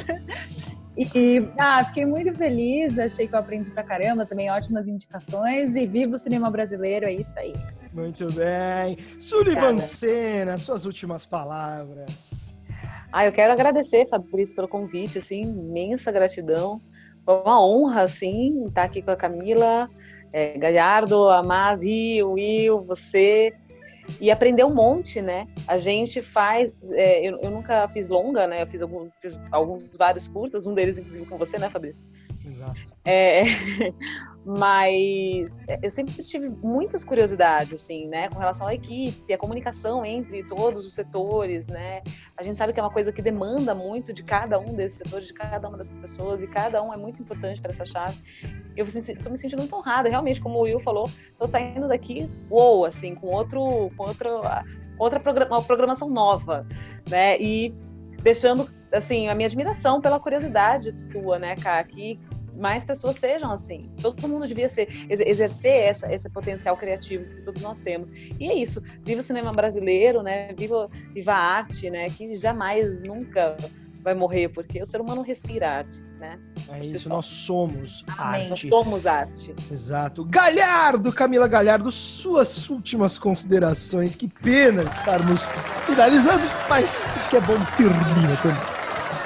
E ah, fiquei muito feliz, achei que eu aprendi pra caramba, também ótimas indicações, e viva o cinema brasileiro, é isso aí. Muito bem. Sullivan Sena, suas últimas palavras. Ah, eu quero agradecer, Fabrício, pelo convite, assim, imensa gratidão. Foi uma honra, assim, estar aqui com a Camila, é, Galhardo, a Masi, o Will, você... E aprender um monte, né? A gente faz... É, eu, eu nunca fiz longa, né? Eu fiz, algum, fiz alguns, vários curtas, um deles, inclusive, com você, né, Fabrício? Exato. É, mas eu sempre tive muitas curiosidades, assim, né? Com relação à equipe, a comunicação entre todos os setores, né? A gente sabe que é uma coisa que demanda muito de cada um desses setores, de cada uma dessas pessoas, e cada um é muito importante para essa chave. Eu estou me sentindo muito honrada, realmente, como o Will falou, estou saindo daqui, uou, assim, com outro, com outro, outra programa, uma programação nova, né? E deixando, assim, a minha admiração pela curiosidade tua, né, Ká, que mais pessoas sejam assim. Todo mundo devia ser, exercer essa, esse potencial criativo que todos nós temos. E é isso. Viva o cinema brasileiro, né? Viva, viva a arte, né? Que jamais, nunca vai morrer, porque o ser humano respira arte, né? É isso, nós somos Amém. arte. Nós somos arte. Exato. Galhardo, Camila Galhardo, suas últimas considerações. Que pena estarmos finalizando, mas que é bom termina também.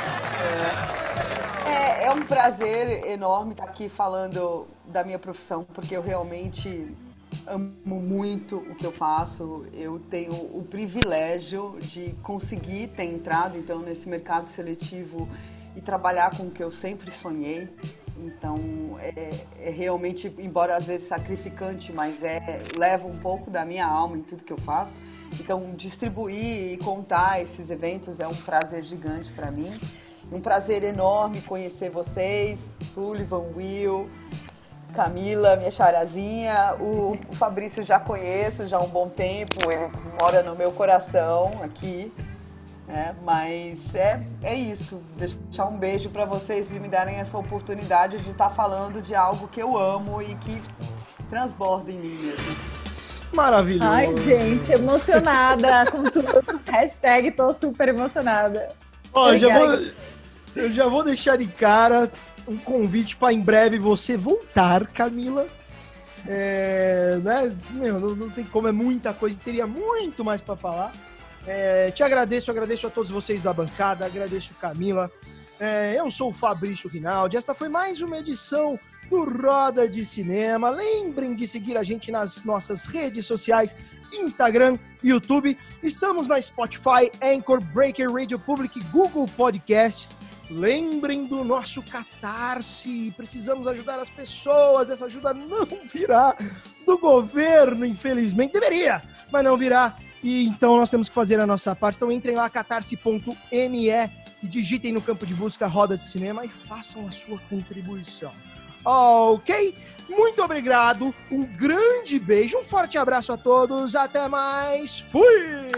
É um prazer enorme estar aqui falando da minha profissão, porque eu realmente amo muito o que eu faço. Eu tenho o privilégio de conseguir ter entrado, então, nesse mercado seletivo e trabalhar com o que eu sempre sonhei. Então, é, é realmente, embora às vezes sacrificante, mas é, leva um pouco da minha alma em tudo que eu faço. Então, distribuir e contar esses eventos é um prazer gigante para mim. Um prazer enorme conhecer vocês, Sullivan, Will, Camila, minha charazinha. O, o Fabrício já conheço já há um bom tempo, ele mora no meu coração aqui. Né? Mas é, é isso, deixar um beijo para vocês de me darem essa oportunidade de estar falando de algo que eu amo e que transborda em mim mesmo. Maravilhoso. Ai, gente, emocionada com tudo. Hashtag tô super emocionada. Ó, já vou... Eu já vou deixar de cara um convite para em breve você voltar, Camila. É, né? Meu, não, não tem como, é muita coisa, teria muito mais para falar. É, te agradeço, agradeço a todos vocês da bancada, agradeço Camila. É, eu sou o Fabrício Rinaldi, esta foi mais uma edição do Roda de Cinema. Lembrem de seguir a gente nas nossas redes sociais, Instagram, YouTube. Estamos na Spotify, Anchor, Breaker, Radio Public, Google Podcasts. Lembrem do nosso Catarse. Precisamos ajudar as pessoas. Essa ajuda não virá do governo, infelizmente. Deveria, mas não virá. E então nós temos que fazer a nossa parte. Então entrem lá, catarse ponto me e digitem no campo de busca Roda de Cinema e façam a sua contribuição. Ok? Muito obrigado. Um grande beijo. Um forte abraço a todos. Até mais. Fui!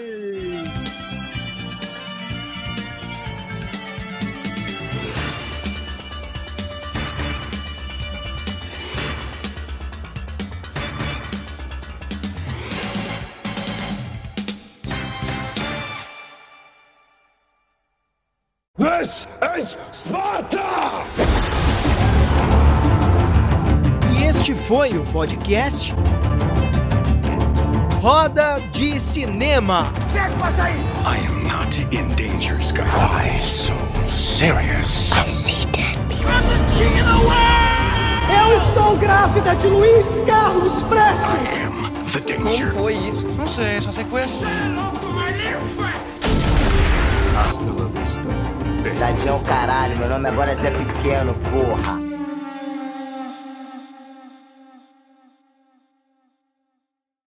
This is Sparta! E este foi o podcast Roda de Cinema. Deixa eu sair! I am not in danger, Skyler. Why so serious? I see dead people. I'm the king of the world! Eu estou grávida de Luiz Carlos Prestes! I am the danger. Como foi isso? Não sei, só sei que foi assim. Tadinho, caralho, meu nome agora é Zé Pequeno, porra.